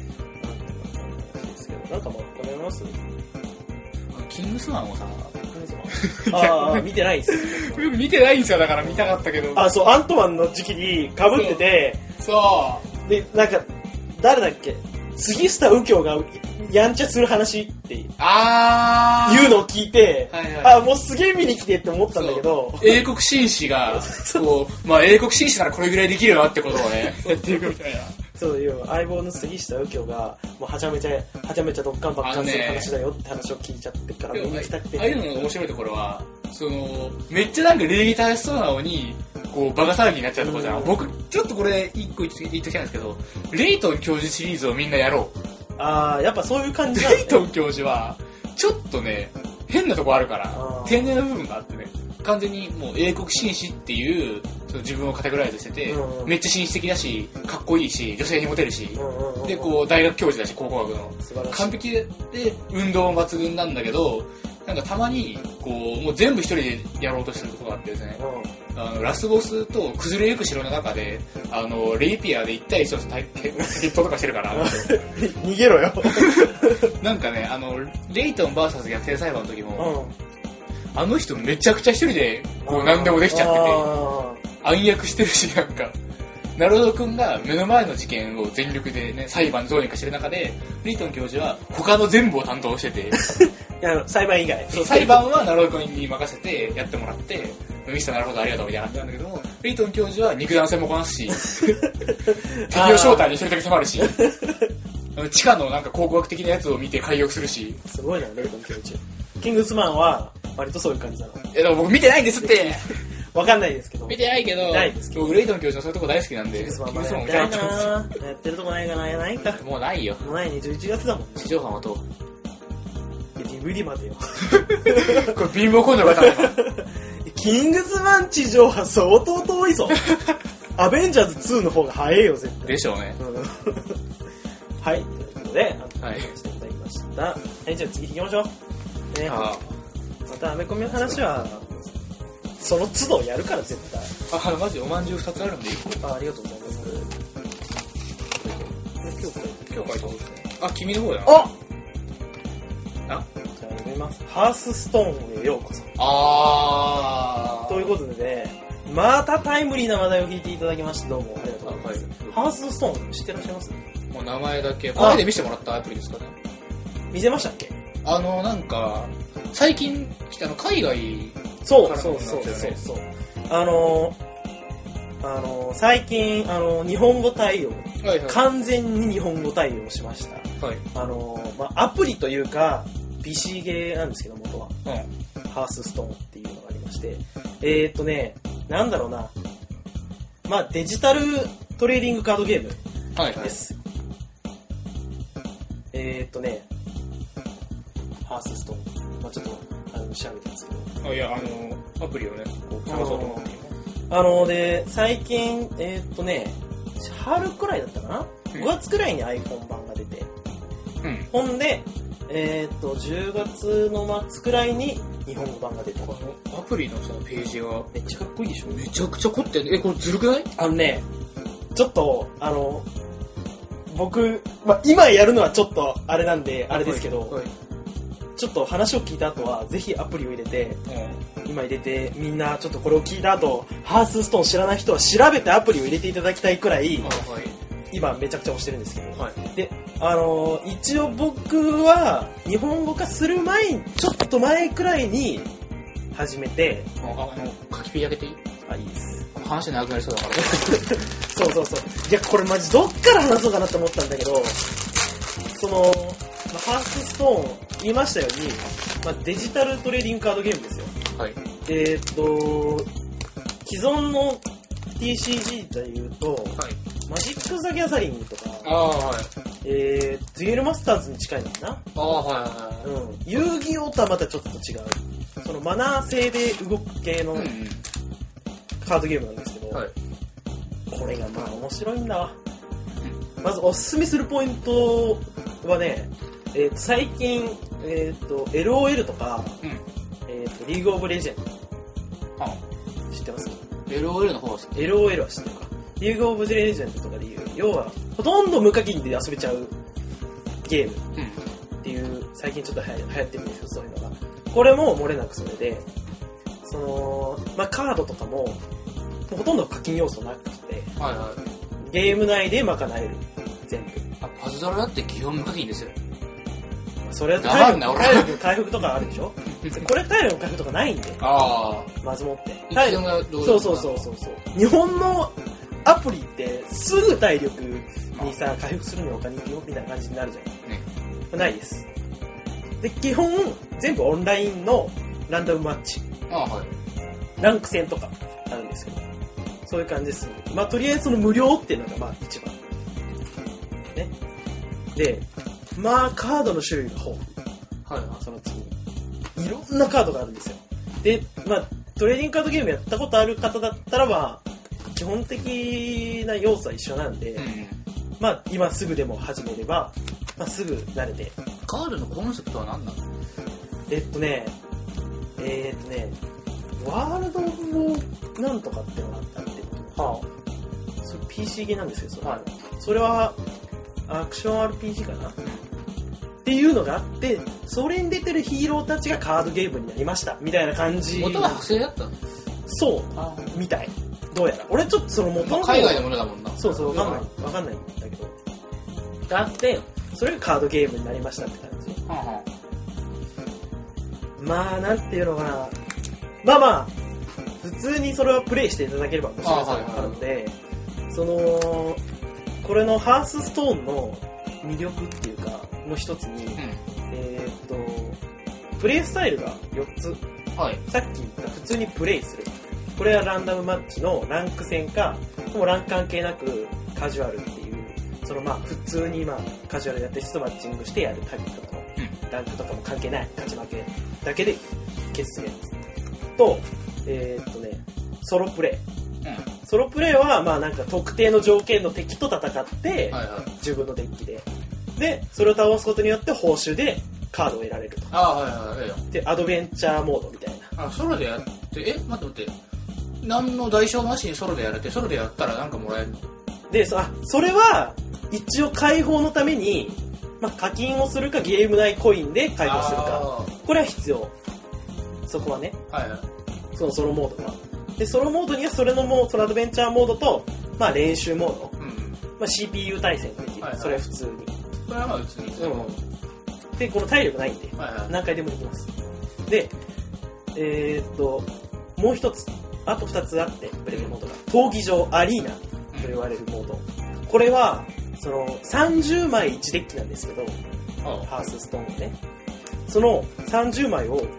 なんかもう考えます。 キングスマンをさ見てないっす見てないんですよ。だから見たかったけど。 そう、アントマンの時期に被ってて、 そうで、なんか誰だっけ、杉下右京がやんちゃする話っていうのを聞いて、もうすげえ見に来てって思ったんだけど、 英国紳士がこう、まあ英国紳士ならこれぐらいできるよなってことをねやっていくみたいな。そういう相棒の杉下右京がもうはちゃめちゃドッカンバッカンする話だよって話を聞いちゃってから見に行きたくて。ああいうのの面白いところは、めっちゃなんか礼儀正しそうなのにこうバカ騒ぎになっちゃうところじゃん。僕ちょっとこれ一個言っときたいんですけど、レイトン教授シリーズをみんなやろう。やっぱそういう感じなんですね。レイトン教授はちょっとね変なとこあるから、天然な部分があってね、完全にもう英国紳士っていう自分をカテゴライズしてて、めっちゃ紳士的だし、かっこいいし、女性にモテるし、でこう大学教授だし、考古学の完璧で運動も抜群なんだけど、なんかたまにこうもう全部一人でやろうとしてるところがあってですね、ラスボスと崩れゆく城の中でレイピアで1対1の決闘とかしてるから逃げろよなんかね、レイトン VS 逆転裁判の時も、あの人めちゃくちゃ一人でこう何でもできちゃってて暗躍してるし、なんかナルド君が目の前の事件を全力でね裁判どうにかしてる中で、レイトン教授は他の全部を担当してて裁判以外、 そう裁判はナルド君に任せてやってもらって、ミスターなるほどありがとうみたいな感じなんだけども、レイトン教授は肉弾戦もこなすし敵を正体に一人だけ迫るし地下のなんか考古学的なやつを見て解読するし、 すごいなレイトン教授。キングスマンは割とそういう感じだな。 でも僕見てないんですってわかんないですけど。 見てないけど、僕レイトン教授のそういうとこ大好きなんで、 キングスマンもやってるとこないかな。ないか。 もうないよ。 もうないね、11月だもんね。 地上波はどう DVD までよこれ貧乏根性が多分キングスマン地上波相当遠いぞアベンジャーズ2の方が早いよ絶対でしょうねはい、ということでしていただきました。はい、じゃあ次行きましょうね。またアメコミの話はその都度やるから絶対。 マジおまんじゅう2つあるんで1個。 ありがとうございます。 今日書いた方ですね。君の方やな。 じゃあ読みます。ハースストーンへようこそ。ということでね、またタイムリーな話題を聞いていただきましてどうもありがとうございます。ハースストーン知ってらっしゃいます？ もう名前だけ前で見せてもらったアプリですかね。 見せましたっけ？ なんか最近来た海外そう最近日本語対応、完全に日本語対応しました。アプリというか PC ゲーなんですけど元は、ハースストーンっていうのがありまして、なんだろうな、デジタルトレーディングカードゲームです。ハースストーン、ちょっと調べてるんですけど、 いやアプリをねこう探そうと思ってで最近春くらいだったかな、5月くらいに iPhone 版が出て、ほんで10月の末くらいに日本語版が出た。 アプリのさページがめっちゃかっこいいでしょ。 めちゃくちゃ凝ってんね。これずるくない？ ちょっと僕、今やるのはちょっとあれなんであれですけど、 はい、 ちょっと話を聞いた後はぜひアプリを入れて、今入れてみんなちょっとこれを聞いた後ハースストーン知らない人は調べてアプリを入れていただきたいくらい、今めちゃくちゃ押してるんですけど、で一応僕は日本語化する前にちょっと前くらいに始めて、 書きピーあげていい？ いいです。 話長くなりそうだからそういやこれマジどっから話そうかなって思ったんだけど、ハースストーン言いましたように、デジタルトレーディングカードゲームですよ。 はい。 既存の TCG でいうと、マジック・ザ・ギャザリングとか、デュエルマスターズに近いのかな。遊戯王とはまたちょっと違う。そのマナー制で動く系のカードゲームなんですけど、これが面白いんだわ。まずおすすめするポイントはね、最近、LOL とか、リーグオブレジェンド、知ってます？ LOL の方は知ってる。 LOL は知ってるか。リーグオブレジェンドとかでいう、要はほとんど無課金で遊べちゃうゲームっていう、最近ちょっと流行ってるんですよ、そういうのが。これも漏れなくそれで、カードとかもほとんど課金要素なくて、ゲーム内で賄える、全部。 パズドラだって基本無課金ですよ。 それは体力回復とかあるでしょこれ体力回復とかないんで、まずもって。そう日本のアプリってすぐ体力にさ回復するのにお金いくよみたいな感じになるじゃん。ないです。で基本全部オンラインのランダムマッチ、ランク戦とかあるんですけど、そういう感じです。とりあえずその無料っていうのが一番ね。でカードの種類が豊富。その次にいろんなカードがあるんですよ。でトレーディングカードゲームやったことある方だったら基本的な要素は一緒なんで、今すぐでも始めれば、すぐ慣れて。 カードのコンセプトは何なの？ ワールド・オブ・なんとかってのがあって、それ PC ゲーなんですよ、それはアクション RPG かなっていうのがあって、それに出てるヒーローたちがカードゲームになりましたみたいな感じ。 元は派生だったの？ そうみたい。どうやら俺ちょっとその元の海外のものだもんな。 そうわかんないんだけど、があってそれがカードゲームになりましたって感じ。なんていうのかな、普通にそれはプレイしていただければ面白さがあるので、これのハースストーンの魅力っていうかの一つに、プレイスタイルが4つ、さっき言った普通にプレイする、これはランダムマッチのランク戦か、もうランク関係なくカジュアルっていう、普通にカジュアルやってる人とマッチングしてやるタイプとかの、ランクとかも関係ない、勝ち負けだけで決するやつと、ソロプレイ、ソロプレイは特定の条件の敵と戦って、自分のデッキでそれを倒すことによって報酬でカードを得られると。でアドベンチャーモードみたいな。 ソロでやって待って何の代償なしにソロでやれて、ソロでやったらなんかもらえるの？ でそれは一応解放のために、課金をするかゲーム内コインで解放するか、これは必要。そこはね、そのソロモードは。でソロモードにはそのアドベンチャーモードと、練習モード、CPU 対戦できる、それは普通に。 これは普通に。 でこの体力ないんで、何回でもできます。でもう一つ、あと2つあって、プレイモードが闘技場アリーナと言われるモード、これは30枚1デッキなんですけど、ハースストーンね、その30枚を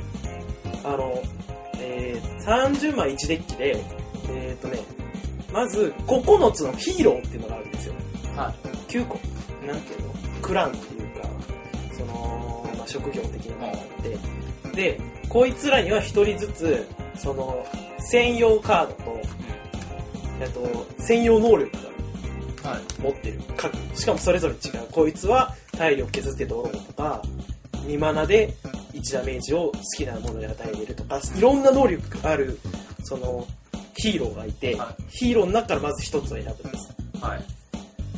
30枚1デッキでまず9つのヒーローっていうのがあるんですよ。9個なんていうの、クランっていうか職業的なものがあって、でこいつらには1人ずつ専用カードと専用能力が持ってる、しかもそれぞれ違う。こいつは体力削ってドローとか、 2マナで1ダメージを好きなものに与えれるとか、いろんな能力があるそのヒーローがいて、 はい、 ヒーローの中からまず1つを選ぶんです。 はい、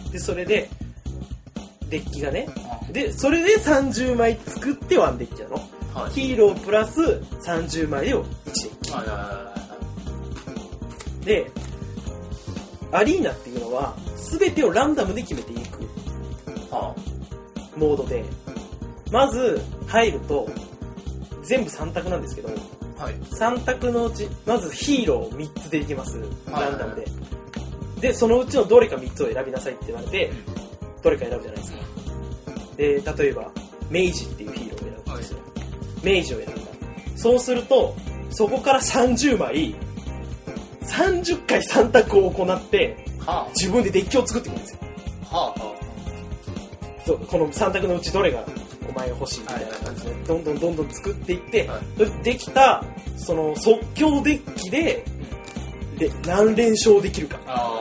でそれでデッキがね、でそれで30枚作ってワンデッキなの、はい、ヒーロープラス30枚を1デッキ、でアリーナっていうのは全てをランダムで決めていくモードで、まず入ると全部3択なんですけど、はい、3択のうちまずヒーロー3つでいきます、ランダムで、でそのうちのどれか3つを選びなさいって言われて、どれか選ぶじゃないですか。で例えばメイジっていうヒーローを選ぶんですよ、はい、メイジを選んだ。そうするとそこから30枚30回3択を行って、はあ、自分でデッキを作っていくんですよ、はあはあ、そうこの3択のうちどれがお前が欲しいみたいな感じで、はい、どんどん作っていって、はい、できたその即興デッキで何連勝できるか。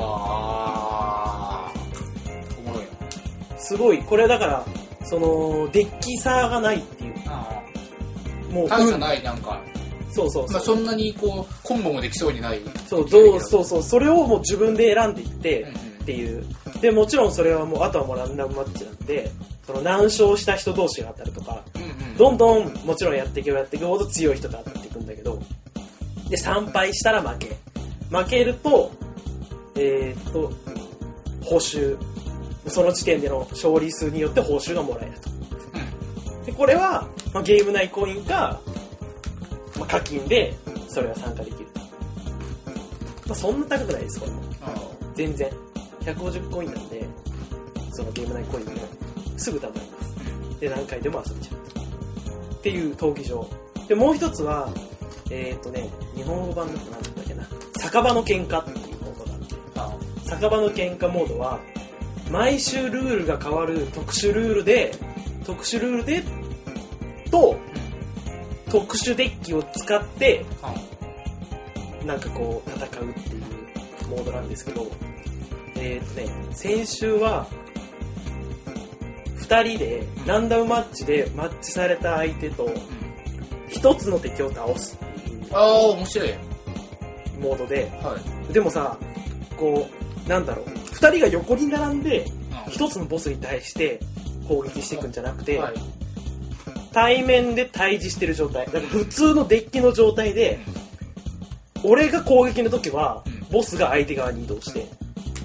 あー、おもろい。 すごいこれだからそのデッキ差がないっていう、 もう大差ない、なんかそうそうそう、 まあ、そんなにこうコンボもできそうにない、 そうそれをもう自分で選んでいってっていう、でもちろんそれはもうあとはもうランダムマッチなんで、その何勝した人同士が当たるとか、どんどんもちろんやっていけばやっていくほど強い人と当たっていくんだけど、で3敗したら負けると報酬、その時点での勝利数によって報酬がもらえると、でこれは、まあ、ゲーム内コインか、まあ、課金でそれは参加できる、まあ、そんな高くないですこれも全然150コインなんで、そのゲーム内コインもすぐ貯まります。で何回でも遊べちゃうっていう闘技場で、もう一つは日本語版だと何だったっけな、酒場の喧嘩っていうモードがあって、酒場の喧嘩モードは毎週ルールが変わる特殊ルールでと特殊デッキを使ってなんかこう戦うっていうモードなんですけど、先週は2人でランダムマッチでマッチされた相手と1つの敵を倒すっていう面白いモードで、 はい、 でもさこうなんだろう、2人が横に並んで1つのボスに対して攻撃していくんじゃなくて、はい、対面で対峙してる状態だから普通のデッキの状態で、俺が攻撃の時はボスが相手側に移動して、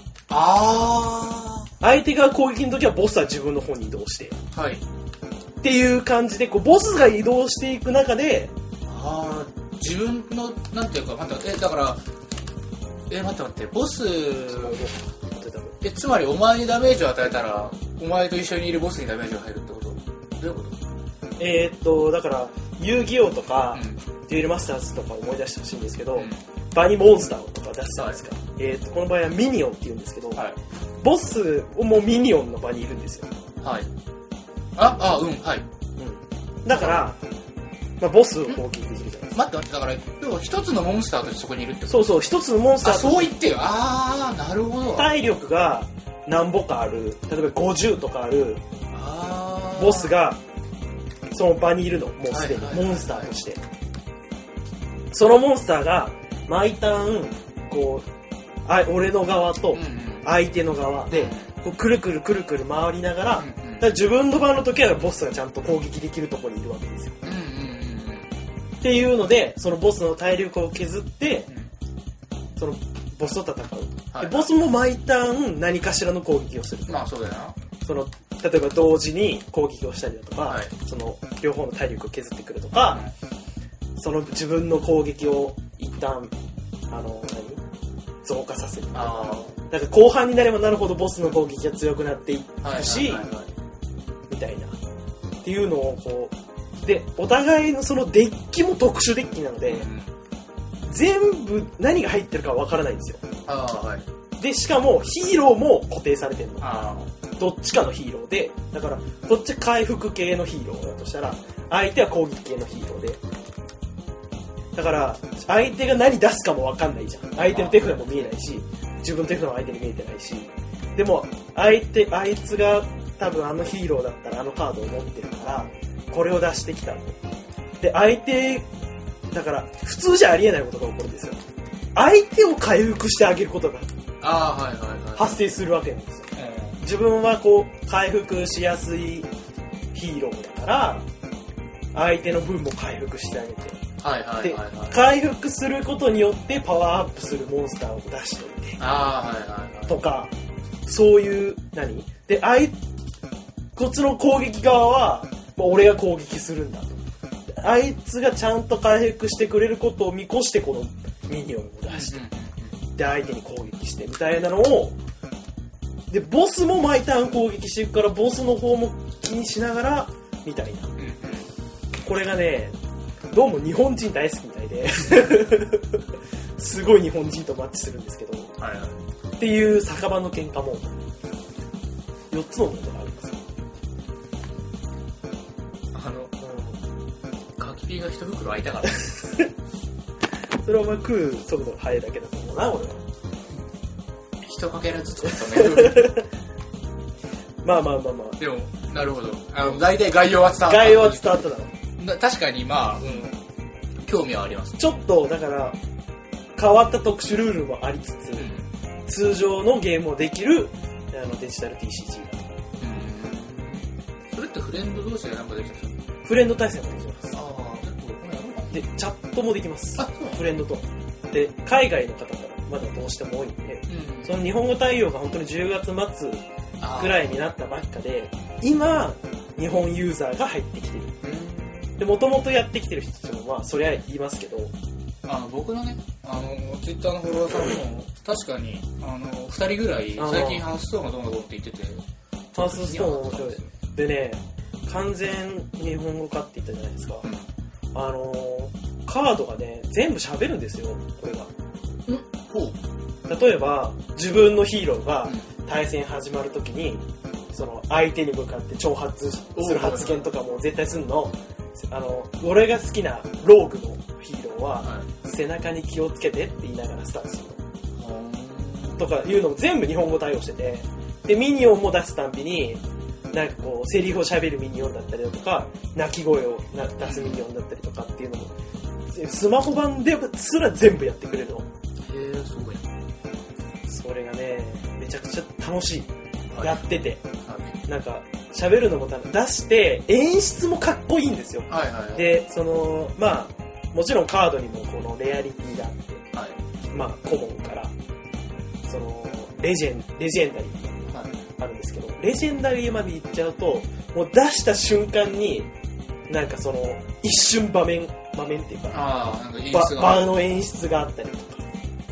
相手が攻撃の時はボスは自分の方に移動して、はい、っていう感じでこうボスが移動していく中で、 自分のなんていうかだから待ってボスつまりお前にダメージを与えたらお前と一緒にいるボスにダメージが入るってこと？どういうこと？ だから遊戯王とか、デュエルマスターズとか思い出してほしいんですけど、場にモンスターとか出すじゃないですか、この場合はミニオンって言うんですけど、はい、ボスもミニオンの場にいるんですよ。はい。 はい。 だから、まあ、ボスを攻撃できるじゃないですか。 待って、だから要は一つのモンスターとしてそこにいるってこと？ そう一つのモンスターとして。 そう言ってよ。なるほど。 体力が何ぼかある、例えば50とかあるボスがその場にいるの、もうすでにモンスターとして、そのモンスターが毎ターンこう俺の側と相手の側でこうくるくる回りながら、だから自分の番の時はボスがちゃんと攻撃できるところにいるわけですよ、っていうのでそのボスの体力を削ってそのボスと戦う、でボスも毎ターン何かしらの攻撃をする。 まあそうだよな。 その例えば同時に攻撃をしたりだとか、その両方の体力を削ってくるとか、その自分の攻撃を一旦増加させる。だから後半になればなるほどボスの攻撃が強くなっていくし、みたいなっていうのをこうで、お互いのそのデッキも特殊デッキなので、全部何が入ってるかわからないんですよ。でしかもヒーローも固定されてるの。どっちかのヒーローで、だからこっち回復系のヒーローだとしたら相手は攻撃系のヒーローで、だから相手が何出すかも分かんないじゃん。相手の手札も見えないし、自分の手札も相手に見えてないし、でもあいつが多分あのヒーローだったらあのカードを持ってるからこれを出してきた。で、相手、だから、普通じゃありえないことが起こるんですよ。相手を回復してあげることが発生するわけなんですよ。自分はこう、回復しやすいヒーローだから、相手の分も回復してあげて。で、回復することによってパワーアップするモンスターを出しといて。とか、そういう、で、こっちの攻撃側は、俺が攻撃するんだと。あいつがちゃんと回復してくれることを見越してこのミニオンを出して、で、相手に攻撃してみたいなのを、で、ボスも毎ターン攻撃していくから、ボスの方も気にしながら、みたいな。これがね、どうも日本人大好きみたいで、すごい日本人とマッチするんですけど、っていう酒場の喧嘩も、4つのモードがあるんですよ。 カキピーが一袋空いたから。 それはお前食う速度が速いだけだと思うな、俺は。 一かけらずつ取ったね。 まあ。 でも、なるほど。大体概要は伝わった。 概要は伝わっただろう。 確かに興味はあります。 ちょっと、だから、変わった特殊ルールもありつつ、通常のゲームをできるデジタル TCG だと。 それってフレンド同士でなんかできたんですか？ フレンド対戦もできます。で、チャットもできます。フレンドと。で、海外の方からまだどうしても多いんで、その日本語対応が本当に10月末ぐらいになったばっかで、今、日本ユーザーが入ってきてる。で、もともとやってきてる人たちも、そりゃ言いますけど、 僕のね、ツイッターのフォロワーさんも、確かに、2人ぐらい、最近ハウスストーンがどうのこうって言ってて、 ハウスストーン面白い。でね、完全日本語化って言ったじゃないですか。カードがね、全部喋るんですよ、これが。例えば、自分のヒーローが対戦始まるときに、その相手に向かって挑発する発言とかも絶対すんの。俺が好きなローグのヒーローは、背中に気をつけてって言いながらスタートするの。とかいうのも全部日本語対応してて、で、ミニオンも出すたんびに、なんかこう、セリフを喋るミニオンだったりだとか、鳴き声を出すミニオンだったりとかっていうのも、スマホ版ですら全部やってくれるの。 すごい。 それがね、めちゃくちゃ楽しい。やってて。なんか、喋るのも出して、演出もかっこいいんですよ。で、もちろんカードにもこのレアリティがあって、コモンから、レジェンダリーがあるんですけど、レジェンダリーまで行っちゃうと、もう出した瞬間に、なんか一瞬場面っていうか、場の演出があったりとか。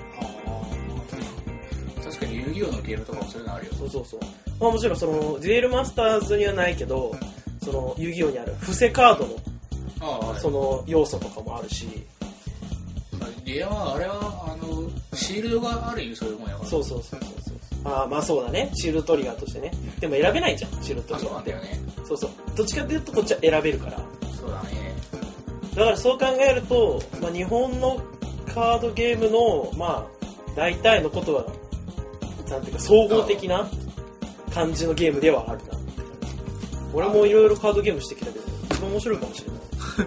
確かに遊戯王のゲームとかもそういうのあるよ。 そう。もちろんデュエルマスターズにはないけど、遊戯王にある伏せカードの要素とかもあるし。 リアはあれはシールドがある意味そういうもんやから。 そう。そうだね。シールドトリガーとしてね。でも選べないじゃん、シールドトリガー。 そうなんだよね。 そう。どっちかっていうとこっちは選べるから。 そうだね。 だからそう考えると、日本のカードゲームの大体のことはなんていうか総合的な感じのゲームではあるな。俺もいろいろカードゲームしてきたけど、一番面白いかもしれない。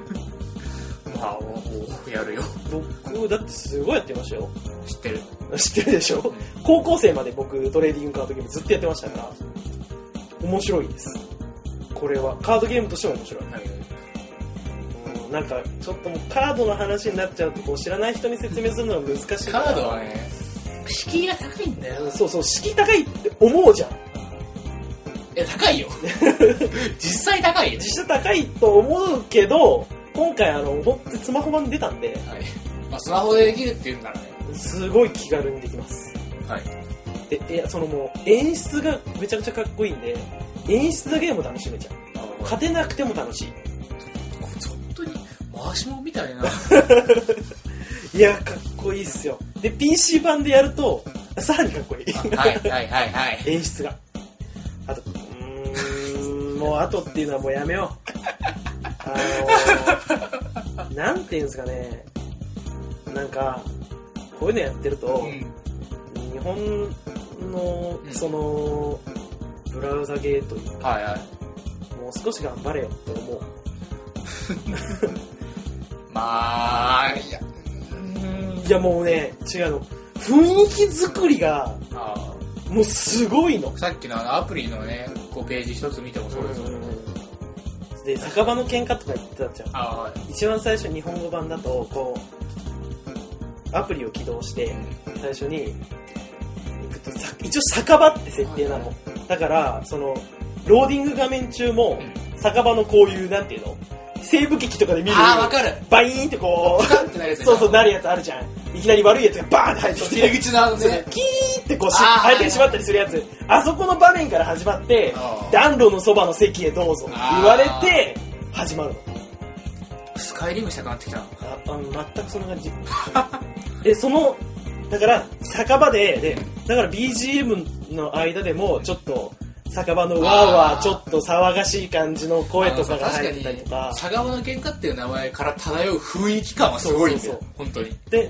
やるよ。 僕だってすごいやってましたよ。 知ってるでしょ、高校生まで僕トレーディングカードゲームずっとやってましたから、面白いです。これはカードゲームとしても面白い。なんかちょっともうカードの話になっちゃうと知らない人に説明するのは難しいから。 カードはね、敷居が高いんだよ。 そう敷居高いって思うじゃん。 高いよ。実際高いよ。 実際高いと思うけど、今回本当にスマホ版出たんで、 スマホでできるって言うんならね、 すごい気軽にできます。で、もう演出がめちゃくちゃかっこいいんで、演出だけでも楽しめちゃう。勝てなくても楽しい。 本当に回しもんみたいな。 いや、かっこいいっすよ。で、PC 版でやるとさらにかっこいい。演出が。あと、もうあとっていうのはもうやめよう。なんていうんですかね。なんかこういうのやってると、日本のブラウザゲーというか、もう少し頑張れよって思う。 まあ、 いやもうね、違うの。雰囲気作りが、もうすごいの。 さっきのアプリのね、こうページ一つ見てもそうですよね。 で、酒場の喧嘩とか言ってたじゃん。一番最初日本語版だと、こう、アプリを起動して、最初に、一応酒場って設定なの。だから、その、ローディング画面中も、酒場のこういう、なんていうの西部劇とかで見る。 わかる。 バイーンってこう、 カンってなるやつ。 そうそう、なるやつあるじゃん。いきなり悪いやつがバーンって入ってきて。 入り口のね、 キーってこう、開いたり閉まったりするやつ。あそこの場面から始まって、暖炉のそばの席へどうぞって言われて、始まるの。 スカイリムしたくなってきたの。 全くそんな感じ。で、だから、酒場で、だから BGM の間でも、ちょっと、酒場のわーわーちょっと騒がしい感じの声とかが入ってたりとか。 酒場の喧嘩っていう名前から漂う雰囲気感はすごいんだよ。本当に。 で、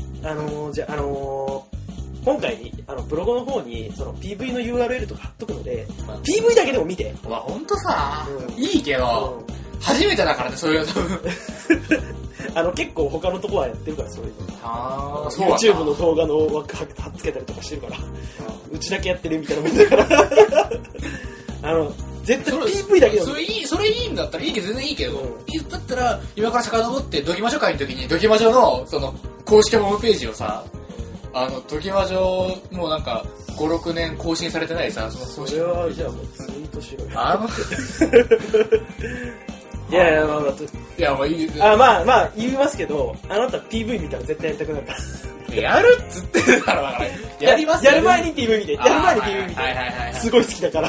今回、ブログの方に、その PV の URL とか貼っとくので、PV だけでも見て。 ほんとさ、いいけど、初めてだからね、そういうの多分。 結構他のとこはやってるから、そういうの。 そうだ。 YouTube の動画の枠貼っつけたりとかしてるから、うちだけやってるみたいなもんだから。絶対 PV だけでも。 それいいんだったらいいけど、全然いいけど、だったら、今から遡って、ドキマジョ会の時に、ドキマジョの、その、公式ホームページをさ、ドキマジョ、もうなんか、5、6年更新されてないさ、 それは、じゃあもうツイートしろよ。いや、まあいい。まあ、言いますけど、あなた PV 見たら絶対やりたくなるから。 やるっつってるから、だから。やりますよ。 やる前に PV 見て。やる前に PV 見て。すごい好きだから。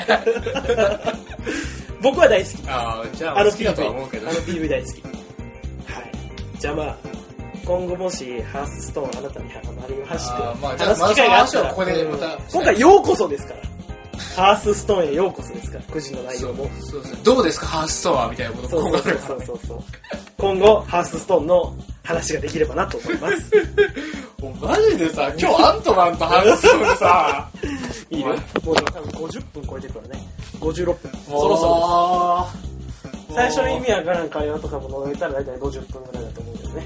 僕は大好き。 じゃあ、好きだとは思うけど。 PV 大好き。はい。じゃあまあ、今後もしハースストーンあなたにハマりまして、話す機会があったら、今回ようこそですから。ハースストーンへようこそですから、9時の内容も。 どうですか、ハースストーンはみたいなことも今後あるから。 今後、ハースストーンの話ができればなと思います。 もうマジでさ、今日アントマンとハースストーンでさ、 いいね。もう多分50分超えてるからね。56分。そろそろです。最初の意味わからん会話とかも乗れたら大体50分ぐらいだと思うんだよね。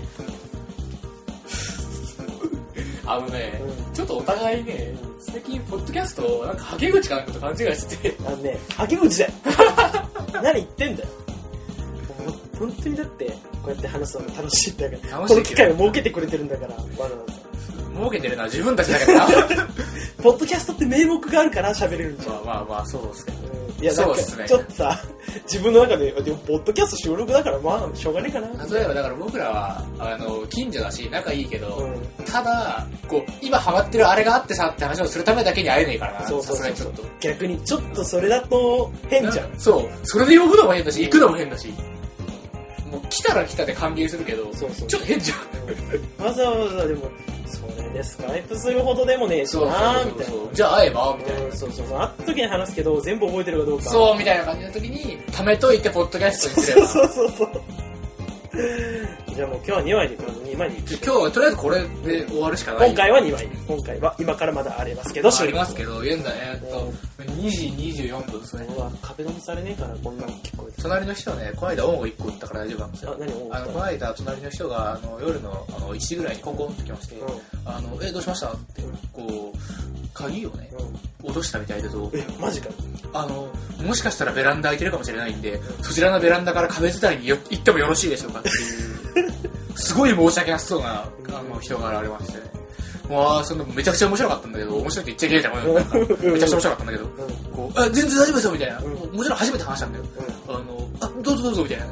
ちょっとお互いね、最近ポッドキャストなんかはけ口かなんかと勘違いしてて、 はけ口だよ。何言ってんだよ。本当にだってこうやって話すのが楽しいんだから、この機会を設けてくれてるんだから、わざわざ設けてるのは自分たちだけどな。 ポッドキャストって名目があるから喋れるんじゃん。 まあそうですけど、 いや、なんかちょっとさ、自分の中でもポッドキャスト収録だからまあしょうがねえかな。 例えばだから僕らは近所だし仲いいけど、ただこう今ハマってるあれがあってさって話をするためだけに会えねえからな。さすがにちょっと逆にちょっとそれだと変じゃん。 それで呼ぶのも変だし、行くのも変だし、もう来たら来たで歓迎するけど、ちょっと変じゃん。 わざわざでもそれでスカイプするほどでもねえしなみたいな。 じゃあ会えばみたいな。 会った時に話すけど全部覚えてるかどうか。 そうみたいな感じの時に貯めといてポッドキャストにすれば。 そう。じゃあもう今日は2枚で2枚に。 今日はとりあえずこれで終わるしかない。 今回は2枚。今回は今からまだありますけど。 ありますけど、現在2時24分ですね。 壁紙されねえからこんなの聞こえて。 隣の人はね、この間音を1個打ったから大丈夫なんですよ。この間隣の人が夜の1時ぐらいにコンコンって来まして、どうしましたってこう鍵をね落としたみたいだと。 マジか。 もしかしたらベランダ開いてるかもしれないんで、そちらのベランダから壁伝いに行ってもよろしいでしょうかっていうすごい申し訳なさそうな人が現れましてね。そのめちゃくちゃ面白かったんだけど、面白いって言っちゃいけないじゃん。めちゃくちゃ面白かったんだけど、こう全然大丈夫ですよみたいな。もちろん初めて話したんだよ。どうぞみたいなね。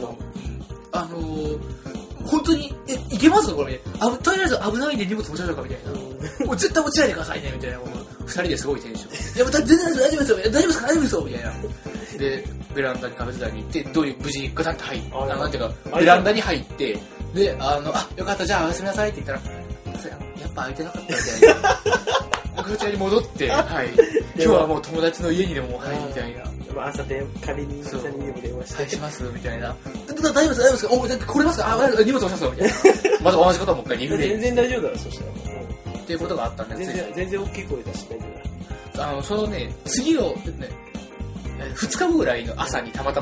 本当にいけますこれ。とりあえず危ないんで荷物持ちましょうかみたいな。もう絶対持ちないでくださいねみたいな。2人ですごいテンション。いや全然大丈夫ですよ。大丈夫ですよみたいな。でベランダに壁伝いに行って、無事にガタッと入って、なんていうかベランダに入って、でよかったじゃあおやすみなさいって言ったら、やっぱ空いてなかったみたいな。こちらに戻って、今日はもう友達の家にでもみたいな。 朝で仮に朝にでも電話してしますみたいな。大丈夫ですか来れますか荷物落としますみたいな。また同じことをもう一回2分で。 全然大丈夫だろそしたら。 っていうことがあったんです。 全然大きい声出して大丈夫だ。 そのね次のね2日後ぐらいの朝にたまたま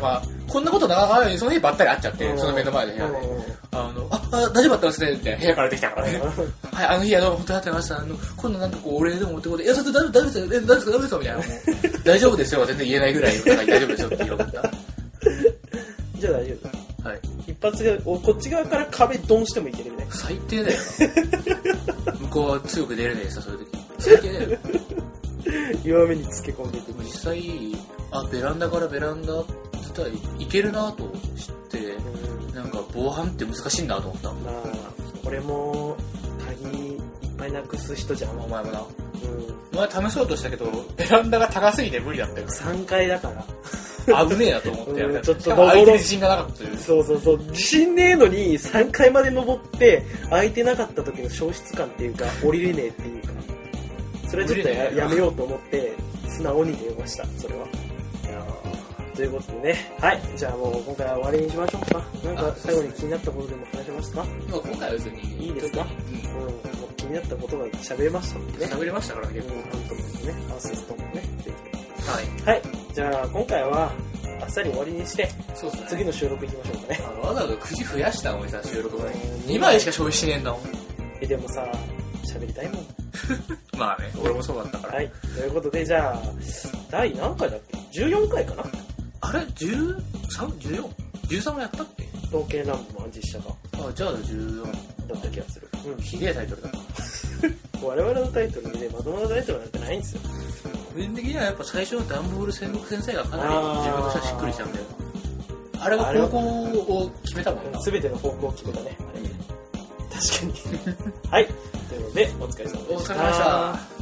こんなこと長いのにその日ばったり会っちゃって、その目の前の部屋で、大丈夫だったんですねみたいな、部屋から出てきたからね。はい、あの日はどうも本当にあってました。今度なんかこうお礼でも持ってこうで、いや、それ大丈夫ですよ、大丈夫ですか、ダメですよみたいな、もう大丈夫ですよは全然言えないぐらい、大丈夫ですよって言おうかった。 じゃあ大丈夫。 はい。 一発でこっち側から壁ドンしてもいけるね。 最低だよな。向こうは強く出れないさ、そういう時。最低だよ。 弱めにつけ込んでいく。 実際、ベランダからベランダ自体行けるなと知って、なんか防犯って難しいんだと思った。 まあ、俺も鍵いっぱいなくす人じゃん。 お前もな。お前試そうとしたけど、ベランダが高すぎて無理だったよ。 3階だから。 危ねえなと思ってやめた。 ちょっと相手に自信がなかったという。 そう。自信ねえのに3階まで登って空いてなかった時の消失感っていうか、降りれねえっていうか。それはちょっと やめようと思って、素直に出ました、それは。ということでね。はい。じゃあもう今回は終わりにしましょうか。なんか最後に気になったことでも話しますか？ 今回は別に。 いいですか？もう気になったことが喋れましたもんね。 喋れましたからね。 本当にね。アーセストもね。ぜひ。 はい。 はい。じゃあ今回はあっさり終わりにして、 そうですね。 次の収録行きましょうかね。 わざわざ9時増やしたのにさ、収録前に。2枚しか消費しねえんだもん。 でもさ、喋りたいもん。 まあね、俺もそうだったから。 はい。ということで、じゃあ、第何回だっけ？ 14 回かな？ あれ ?13？14？ 13もやったっけ？ 統計南部の実写化。 じゃあ14 だった気がする。 ひでえタイトルだな。 我々のタイトルでまともなタイトルなんてないんですよ。 個人的にはやっぱ最初のダンボール戦国先生がかなり自分としてはしっくりしたんだよ。あれが方向を決めたもんな。 全ての方向を決めたね。確かに。はい。ということで、お疲れ様でした。 お疲れ様でした。